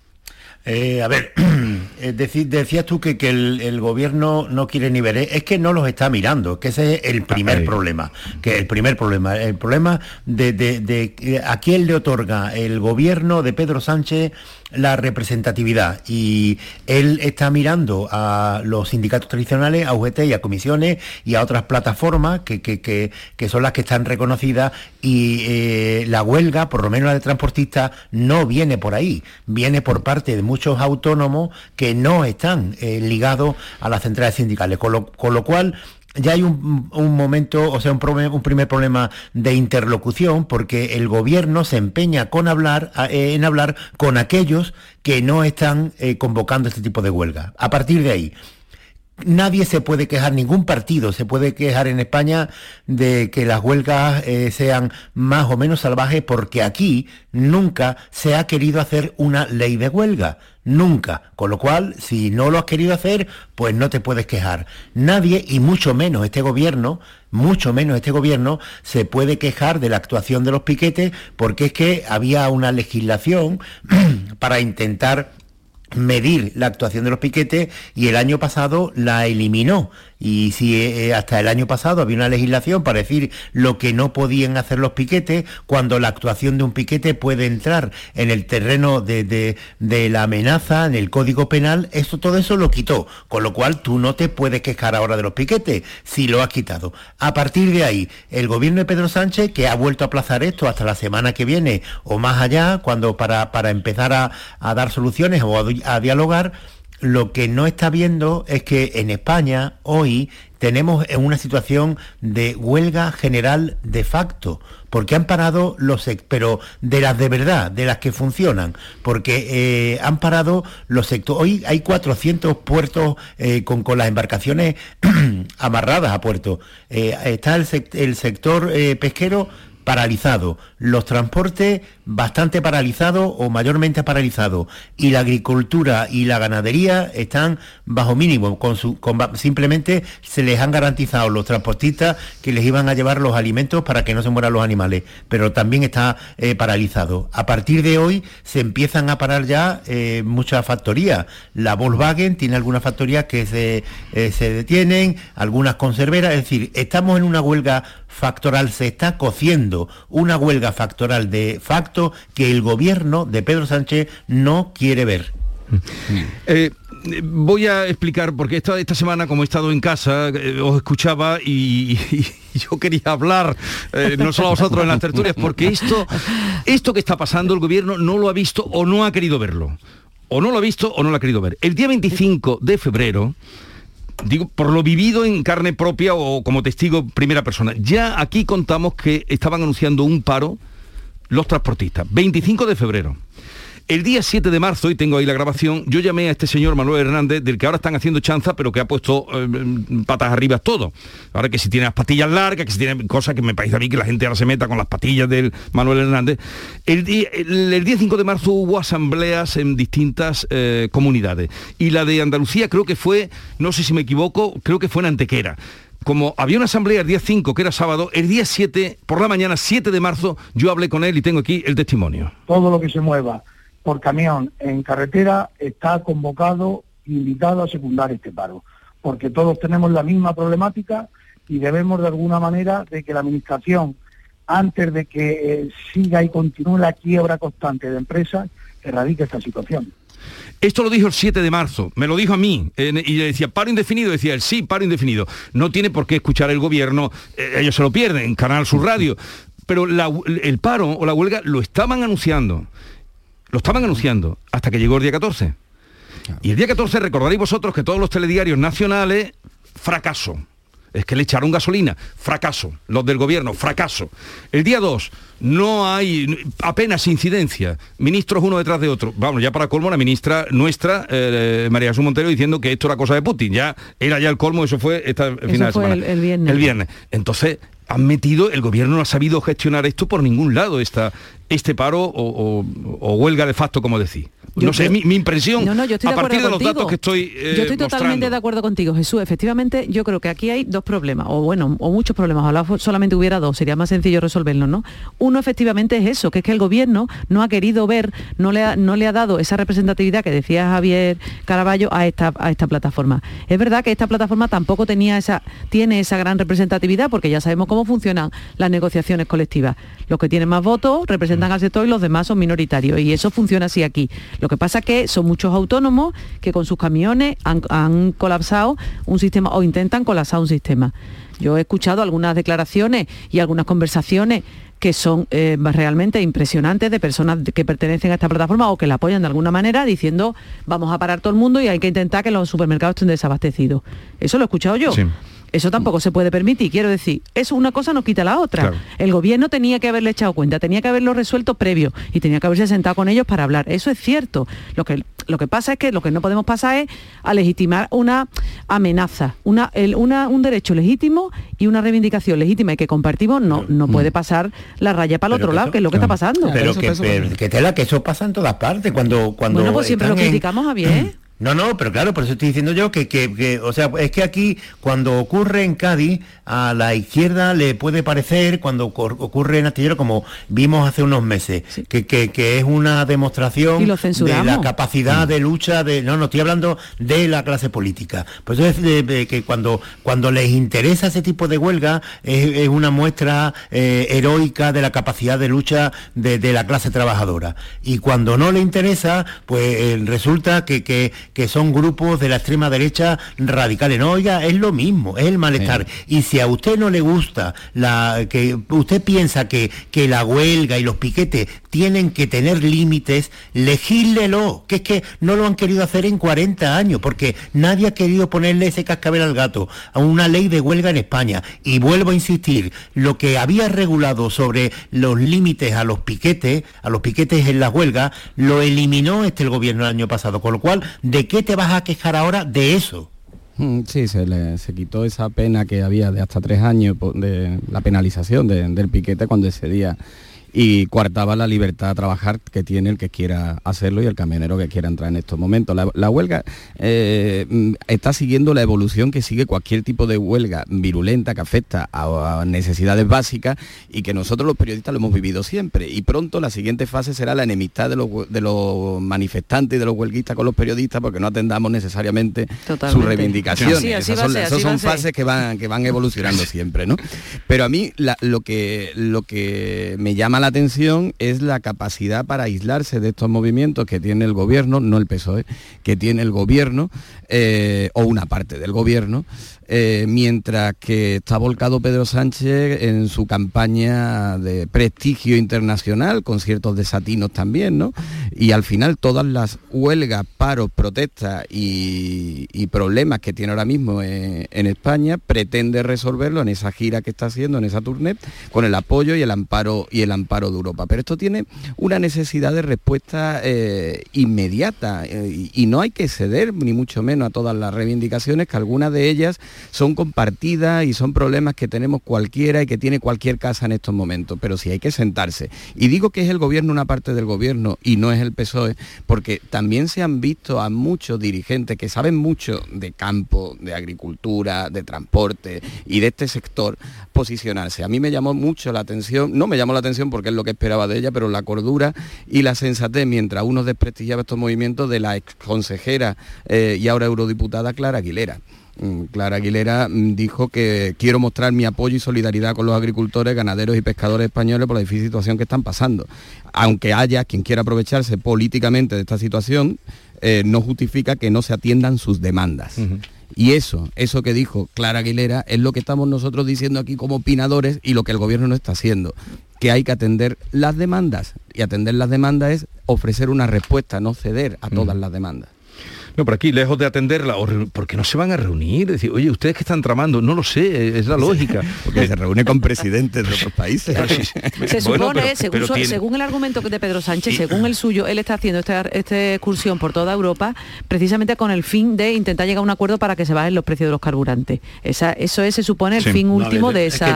Decías tú que el gobierno no quiere ni ver, es que no los está mirando, que ese es el primer problema, el problema de a quién le otorga el gobierno de Pedro Sánchez la representatividad, y él está mirando a los sindicatos tradicionales, a UGT y a comisiones y a otras plataformas que son las que están reconocidas, y la huelga, por lo menos la de transportistas, no viene por ahí, viene por parte de muchos autónomos que no están ligados a las centrales sindicales, con lo cual ya hay un momento, o sea, un primer problema de interlocución, porque el gobierno se empeña en hablar con aquellos que no están convocando este tipo de huelga. A partir de ahí, nadie se puede quejar, ningún partido se puede quejar en España de que las huelgas sean más o menos salvajes, porque aquí nunca se ha querido hacer una ley de huelga, nunca. Con lo cual, si no lo has querido hacer, pues no te puedes quejar. Nadie, y mucho menos este gobierno, se puede quejar de la actuación de los piquetes, porque es que había una legislación para intentar medir la actuación de los piquetes y el año pasado la eliminó. Y si hasta el año pasado había una legislación para decir lo que no podían hacer los piquetes, cuando la actuación de un piquete puede entrar en el terreno de la amenaza, en el Código Penal, todo eso lo quitó, con lo cual tú no te puedes quejar ahora de los piquetes si lo has quitado. A partir de ahí, el gobierno de Pedro Sánchez, que ha vuelto a aplazar esto hasta la semana que viene o más allá, cuando para empezar a dar soluciones o a dialogar, lo que no está viendo es que en España hoy tenemos una situación de huelga general de facto, porque han parado pero de las de verdad, de las que funcionan, porque han parado los sectores. Hoy hay 400 puertos con las embarcaciones amarradas a puerto. Está el sector pesquero paralizado, los transportes bastante paralizados o mayormente paralizados, y la agricultura y la ganadería están bajo mínimo, simplemente se les han garantizado los transportistas que les iban a llevar los alimentos para que no se mueran los animales, pero también está paralizado. A partir de hoy se empiezan a parar ya muchas factorías. La Volkswagen tiene algunas factorías que se detienen, algunas conserveras, es decir, estamos en una huelga factoral, se está cociendo una huelga factoral de facto que el gobierno de Pedro Sánchez no quiere ver. Voy a explicar, porque esta semana, como he estado en casa, os escuchaba y yo quería hablar, no solo a vosotros en las tertulias, porque esto que está pasando, el gobierno no lo ha visto o no ha querido verlo. O no lo ha visto o no lo ha querido ver. El día 25 de febrero, digo, por lo vivido en carne propia o como testigo primera persona, ya aquí contamos que estaban anunciando un paro los transportistas. 25 de febrero. El día 7 de marzo, y tengo ahí la grabación, yo llamé a este señor Manuel Hernández, del que ahora están haciendo chanza, pero que ha puesto patas arriba todo. Ahora que si tiene las patillas largas, que si tiene cosas que me parece a mí que la gente ahora se meta con las patillas del Manuel Hernández. El día 5 de marzo hubo asambleas en distintas comunidades. Y la de Andalucía creo que fue, no sé si me equivoco, creo que fue en Antequera. Como había una asamblea el día 5, que era sábado, el día 7, por la mañana, 7 de marzo, yo hablé con él y tengo aquí el testimonio. Todo lo que se mueva por camión en carretera está convocado, invitado a secundar este paro, porque todos tenemos la misma problemática y debemos de alguna manera de que la administración, antes de que siga y continúe la quiebra constante de empresas, erradique esta situación. Esto lo dijo el 7 de marzo, me lo dijo a mí, y le decía, paro indefinido, decía él, sí, paro indefinido. No tiene por qué escuchar el gobierno, ellos se lo pierden, en Canal Sur Radio, pero el paro o la huelga lo estaban anunciando hasta que llegó el día 14. Y el día 14 recordaréis vosotros que todos los telediarios nacionales, fracaso. Es que le echaron gasolina, fracaso. Los del gobierno, fracaso. El día 2, no hay apenas incidencia. Ministros uno detrás de otro. Vamos, ya para colmo, la ministra nuestra, María Jesús Montero, diciendo que esto era cosa de Putin. Ya era ya el colmo, eso fue final de semana. El viernes. El viernes. Entonces, el gobierno no ha sabido gestionar esto por ningún lado, este paro o huelga de facto, como decís. No sé, mi impresión, yo estoy a partir de los datos que estoy yo estoy totalmente de acuerdo contigo, Jesús. Efectivamente, yo creo que aquí hay dos problemas, o muchos problemas. Ojalá solamente hubiera dos, sería más sencillo resolverlos, ¿no? Uno, efectivamente, es eso, que es que el gobierno no ha querido ver, no le ha dado esa representatividad que decía Javier Caraballo a esta plataforma. Es verdad que esta plataforma tampoco tiene esa gran representatividad, porque ya sabemos cómo funcionan las negociaciones colectivas. Los que tienen más votos representan al sector y los demás son minoritarios, y eso funciona así aquí. Lo que pasa es que son muchos autónomos que con sus camiones han colapsado un sistema o intentan colapsar un sistema. Yo he escuchado algunas declaraciones y algunas conversaciones que son realmente impresionantes de personas que pertenecen a esta plataforma o que la apoyan de alguna manera, diciendo vamos a parar todo el mundo y hay que intentar que los supermercados estén desabastecidos. Eso lo he escuchado yo. Sí. Eso tampoco se puede permitir, quiero decir, eso una cosa no quita la otra. Claro. El gobierno tenía que haberle echado cuenta, tenía que haberlo resuelto previo y tenía que haberse sentado con ellos para hablar. Eso es cierto. Lo que pasa es que lo que no podemos pasar es a legitimar una amenaza, un derecho legítimo y una reivindicación legítima y que compartimos no puede pasar la raya para el otro lado, que es lo que está pasando. Pero que eso pasa en todas partes. Cuando bueno, pues siempre lo criticamos, Javier. No, pero claro, por eso estoy diciendo yo que, o sea, es que aquí, cuando ocurre en Cádiz, a la izquierda le puede parecer, cuando ocurre en Astillero, como vimos hace unos meses, sí, que es una demostración de la capacidad de lucha no estoy hablando de la clase política. Por eso es que cuando les interesa ese tipo de huelga, es una muestra heroica de la capacidad de lucha de la clase trabajadora. Y cuando no le interesa, pues resulta que son grupos de la extrema derecha radicales. No, oiga, es lo mismo, es el malestar. Y si a usted no le gusta, que usted piensa que la huelga y los piquetes tienen que tener límites, legíslelo, que es que no lo han querido hacer en 40 años, porque nadie ha querido ponerle ese cascabel al gato a una ley de huelga en España. Y vuelvo a insistir, lo que había regulado sobre los límites a los piquetes en la huelga, lo eliminó el gobierno el año pasado, con lo cual, ¿de qué te vas a quejar ahora de eso? Sí, se quitó esa pena que había de hasta 3 años de la penalización del piquete cuando excedía, y coartaba la libertad a trabajar que tiene el que quiera hacerlo y el camionero que quiera entrar en estos momentos. La huelga está siguiendo la evolución que sigue cualquier tipo de huelga virulenta que afecta a necesidades básicas y que nosotros los periodistas lo hemos vivido siempre. Y pronto la siguiente fase será la enemistad de los manifestantes y de los huelguistas con los periodistas porque no atendamos necesariamente sus reivindicaciones. Sí, esas son fases que van evolucionando siempre, ¿no? Pero a mí lo que me llama la atención es la capacidad para aislarse de estos movimientos que tiene el gobierno, no el PSOE, que tiene el gobierno o una parte del gobierno, mientras que está volcado Pedro Sánchez en su campaña de prestigio internacional, con ciertos desatinos también, ¿no? Y al final todas las huelgas, paros, protestas y problemas que tiene ahora mismo en España, pretende resolverlo en esa gira que está haciendo, en esa tournée, con el apoyo y el amparo de Europa. Pero esto tiene una necesidad de respuesta inmediata y no hay que ceder, ni mucho menos, a todas las reivindicaciones, que algunas de ellas son compartidas y son problemas que tenemos cualquiera y que tiene cualquier casa en estos momentos, pero sí hay que sentarse. Y digo que es el gobierno una parte del gobierno y no es el PSOE, porque también se han visto a muchos dirigentes que saben mucho de campo, de agricultura, de transporte y de este sector posicionarse. A mí me llamó mucho la atención, no me llamó la atención porque es lo que esperaba de ella, pero la cordura y la sensatez, mientras uno desprestigiaba estos movimientos, de la exconsejera y ahora eurodiputada Clara Aguilera. Clara Aguilera dijo que quiero mostrar mi apoyo y solidaridad con los agricultores, ganaderos y pescadores españoles por la difícil situación que están pasando. Aunque haya quien quiera aprovecharse políticamente de esta situación, no justifica que no se atiendan sus demandas. Uh-huh. Y eso que dijo Clara Aguilera es lo que estamos nosotros diciendo aquí como opinadores y lo que el gobierno no está haciendo, que hay que atender las demandas, y atender las demandas es ofrecer una respuesta, no ceder a todas las demandas. No, pero aquí, lejos de atenderla, ¿por qué no se van a reunir? Decir, oye, ¿ustedes qué están tramando? No lo sé, es la lógica. Porque se reúne con presidentes de otros países. Se supone, según el argumento de Pedro Sánchez, según el suyo, él está haciendo esta excursión por toda Europa precisamente con el fin de intentar llegar a un acuerdo para que se bajen los precios de los carburantes. Eso es, se supone, el fin último de esa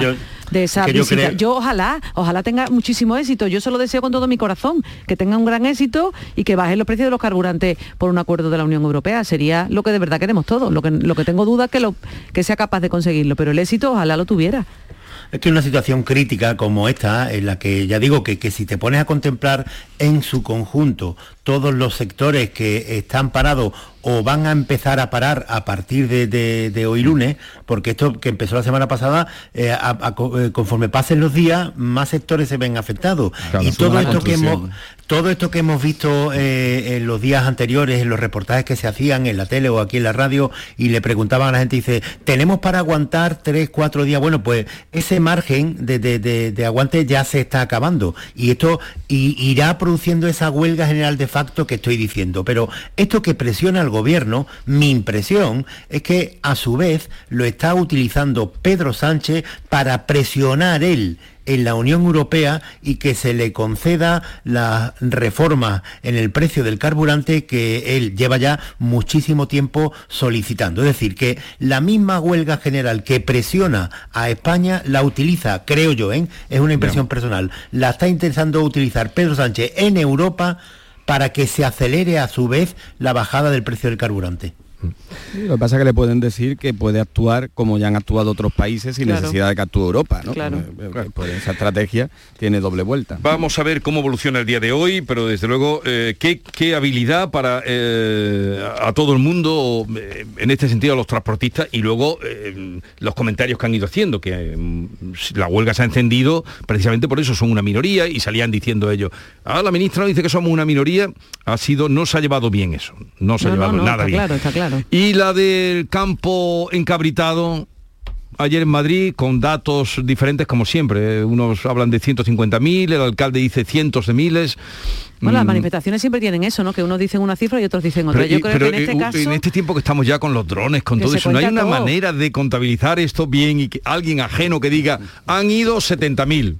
visita. Yo ojalá tenga muchísimo éxito. Yo se lo deseo con todo mi corazón, que tenga un gran éxito y que bajen los precios de los carburantes por un acuerdo de la Unión Europea. Sería lo que de verdad queremos todos. Lo que tengo duda es que sea capaz de conseguirlo, pero el éxito ojalá lo tuviera. Es que una situación crítica como esta, en la que ya digo que si te pones a contemplar en su conjunto todos los sectores que están parados o van a empezar a parar a partir de hoy lunes, porque esto que empezó la semana pasada, conforme pasen los días, más sectores se ven afectados. Claro, y todo esto que hemos visto en los días anteriores, en los reportajes que se hacían en la tele o aquí en la radio, y le preguntaban a la gente, dice, tenemos para aguantar 3-4 días. Bueno, pues ese margen de aguante ya se está acabando, y esto irá produciendo esa huelga general de facto que estoy diciendo. Pero esto que presiona al al gobierno, mi impresión es que a su vez lo está utilizando Pedro Sánchez para presionar él en la Unión Europea y que se le conceda la reforma en el precio del carburante que él lleva ya muchísimo tiempo solicitando. Es decir, que la misma huelga general que presiona a España la utiliza, creo yo, es una impresión personal, la está intentando utilizar Pedro Sánchez en Europa para que se acelere a su vez la bajada del precio del carburante. Lo que pasa es que le pueden decir que puede actuar como ya han actuado otros países sin necesidad de que actúe Europa, ¿no? Claro. Pues esa estrategia tiene doble vuelta. Vamos a ver cómo evoluciona el día de hoy, pero desde luego qué habilidad para a todo el mundo, en este sentido a los transportistas, y luego los comentarios que han ido haciendo, que la huelga se ha encendido precisamente por eso, son una minoría, y salían diciendo ellos, la ministra dice que somos una minoría, no se ha llevado bien eso, no se ha llevado nada bien. Está claro. Y la del campo encabritado ayer en Madrid, con datos diferentes como siempre. Unos hablan de 150.000, el alcalde dice cientos de miles. Bueno, las manifestaciones siempre tienen eso, ¿no? Que unos dicen una cifra y otros dicen otra. Yo creo que en este caso, en este tiempo que estamos ya con los drones, con todo eso, ¿no hay una manera de contabilizar esto bien y que alguien ajeno que diga, han ido 70.000?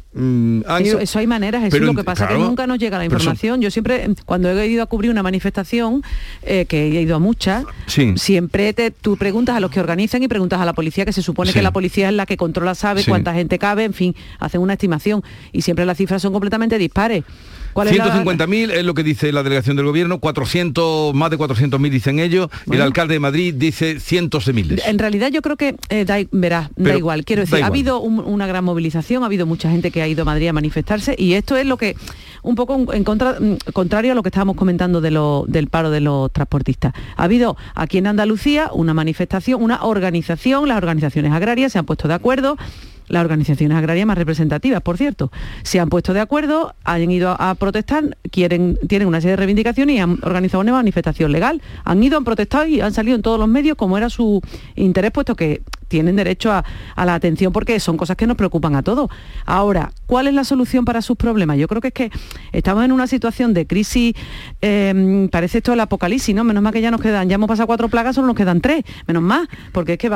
Eso hay maneras, eso es lo que pasa, claro, que nunca nos llega la información. Yo siempre, cuando he ido a cubrir una manifestación, que he ido a muchas, siempre tú preguntas a los que organizan y preguntas a la policía, que se supone que la policía es la que controla, sabe cuánta gente cabe, en fin, hacen una estimación, y siempre las cifras son completamente dispares. 150.000 es lo que dice la delegación del gobierno, más de 400.000 dicen ellos, el alcalde de Madrid dice cientos de miles. En realidad yo creo que da igual, quiero decir, ha habido una gran movilización, ha habido mucha gente que ha ido a Madrid a manifestarse, y esto es lo que, un poco contrario a lo que estábamos comentando del paro de los transportistas. Ha habido aquí en Andalucía una manifestación, una organización, las organizaciones agrarias se han puesto de acuerdo. Las organizaciones agrarias más representativas, por cierto, se han puesto de acuerdo, han ido a protestar, tienen una serie de reivindicaciones y han organizado una manifestación legal. Han ido, han protestado y han salido en todos los medios como era su interés, puesto que tienen derecho a la atención, porque son cosas que nos preocupan a todos. Ahora, ¿cuál es la solución para sus problemas? Yo creo que es que estamos en una situación de crisis, parece esto el apocalipsis, ¿no? Menos mal que ya hemos pasado 4 plagas, solo nos quedan 3, menos mal, porque es que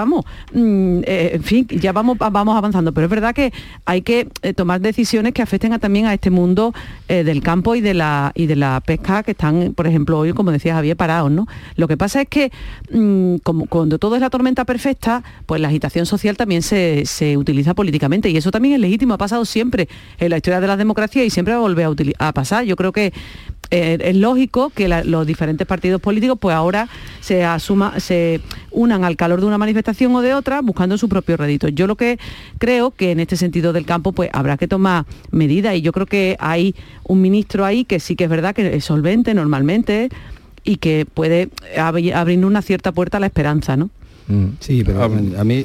en fin, ya vamos avanzando. Pero es verdad que hay que tomar decisiones que afecten también a este mundo del campo y de la pesca, que están, por ejemplo, hoy, como decía Javier, parados, ¿no? Lo que pasa es que como cuando todo es la tormenta perfecta, pues la agitación social también se utiliza políticamente, y eso también es legítimo, ha pasado siempre en la historia de la democracia y siempre va a volver a pasar. Yo creo que es lógico que los diferentes partidos políticos pues ahora se unan al calor de una manifestación o de otra buscando su propio rédito. Yo lo que creo que en este sentido del campo pues habrá que tomar medidas, y yo creo que hay un ministro ahí que sí que es verdad que es solvente normalmente y que puede abrir una cierta puerta a la esperanza, ¿no? Sí, pero a mí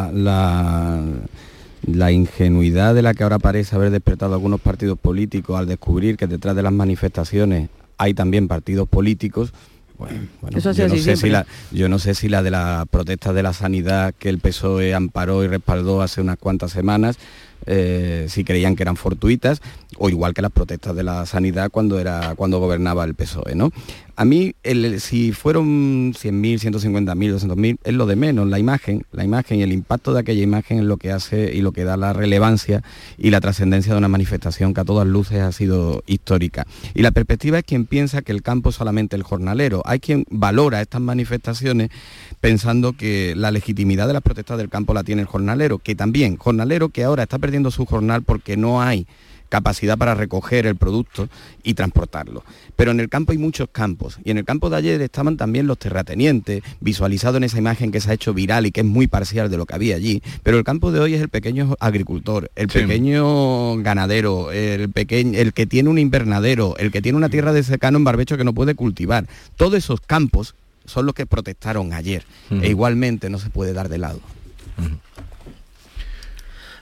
la ingenuidad de la que ahora parece haber despertado algunos partidos políticos al descubrir que detrás de las manifestaciones hay también partidos políticos. Bueno, yo no sé si la de las protestas de la sanidad que el PSOE amparó y respaldó hace unas cuantas semanas, si creían que eran fortuitas, o igual que las protestas de la sanidad cuando gobernaba el PSOE, ¿no? A mí, si fueron 100.000, 150.000, 200.000, es lo de menos. La imagen y el impacto de aquella imagen es lo que hace y lo que da la relevancia y la trascendencia de una manifestación que a todas luces ha sido histórica. Y la perspectiva es quien piensa que el campo es solamente el jornalero. Hay quien valora estas manifestaciones pensando que la legitimidad de las protestas del campo la tiene el jornalero, que también, jornalero que ahora está perdiendo su jornal porque no hay capacidad para recoger el producto y transportarlo. Pero en el campo hay muchos campos, y en el campo de ayer estaban también los terratenientes, visualizado en esa imagen que se ha hecho viral y que es muy parcial de lo que había allí, pero el campo de hoy es el pequeño agricultor, el pequeño ganadero, el que tiene un invernadero, el que tiene una tierra de secano en barbecho que no puede cultivar. Todos esos campos son los que protestaron ayer, e igualmente no se puede dar de lado.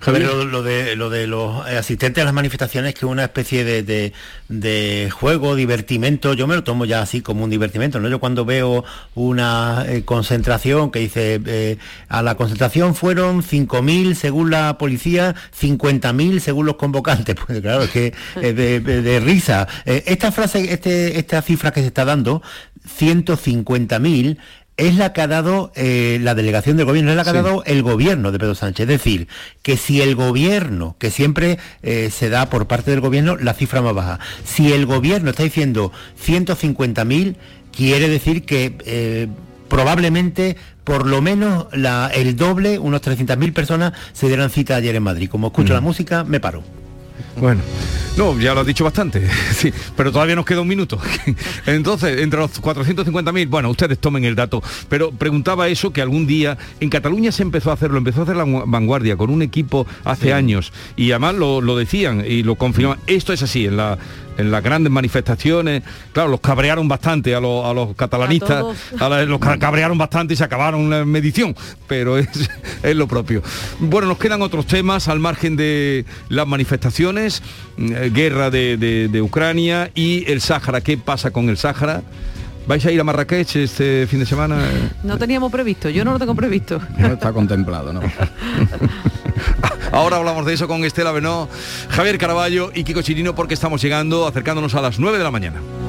Javier, lo de los asistentes a las manifestaciones, que es una especie de juego, divertimento, yo me lo tomo ya así como un divertimento, ¿no? Yo cuando veo una concentración que dice a la concentración fueron 5.000 según la policía, 50.000 según los convocantes, pues claro, es que de risa. Esta frase, esta cifra que se está dando, 150.000, es la que ha dado la delegación del gobierno, es la que ha dado el gobierno de Pedro Sánchez. Es decir, que si el gobierno, que siempre se da por parte del gobierno la cifra más baja, si el gobierno está diciendo 150.000, quiere decir que probablemente por lo menos el doble, unos 300.000 personas se dieron cita ayer en Madrid. Como escucho la música, me paro. Bueno, no, ya lo has dicho bastante, sí, pero todavía nos queda un minuto. Entonces, entre los 450.000, bueno, ustedes tomen el dato, pero preguntaba eso, que algún día en Cataluña se empezó a hacer la Vanguardia con un equipo hace años, y además lo decían y lo confirmaban. Esto es así, en las grandes manifestaciones, claro, los cabrearon bastante a los catalanistas, los cabrearon bastante y se acabaron la medición, pero es lo propio. Bueno, nos quedan otros temas al margen de las manifestaciones, guerra de Ucrania y el Sáhara. ¿Qué pasa con el Sáhara? ¿Vais a ir a Marrakech este fin de semana? No teníamos previsto, yo no lo tengo previsto. No está contemplado, ¿no? Ahora hablamos de eso con Estela Benó, Javier Caraballo y Kiko Chirino, porque estamos acercándonos a las 9 de la mañana.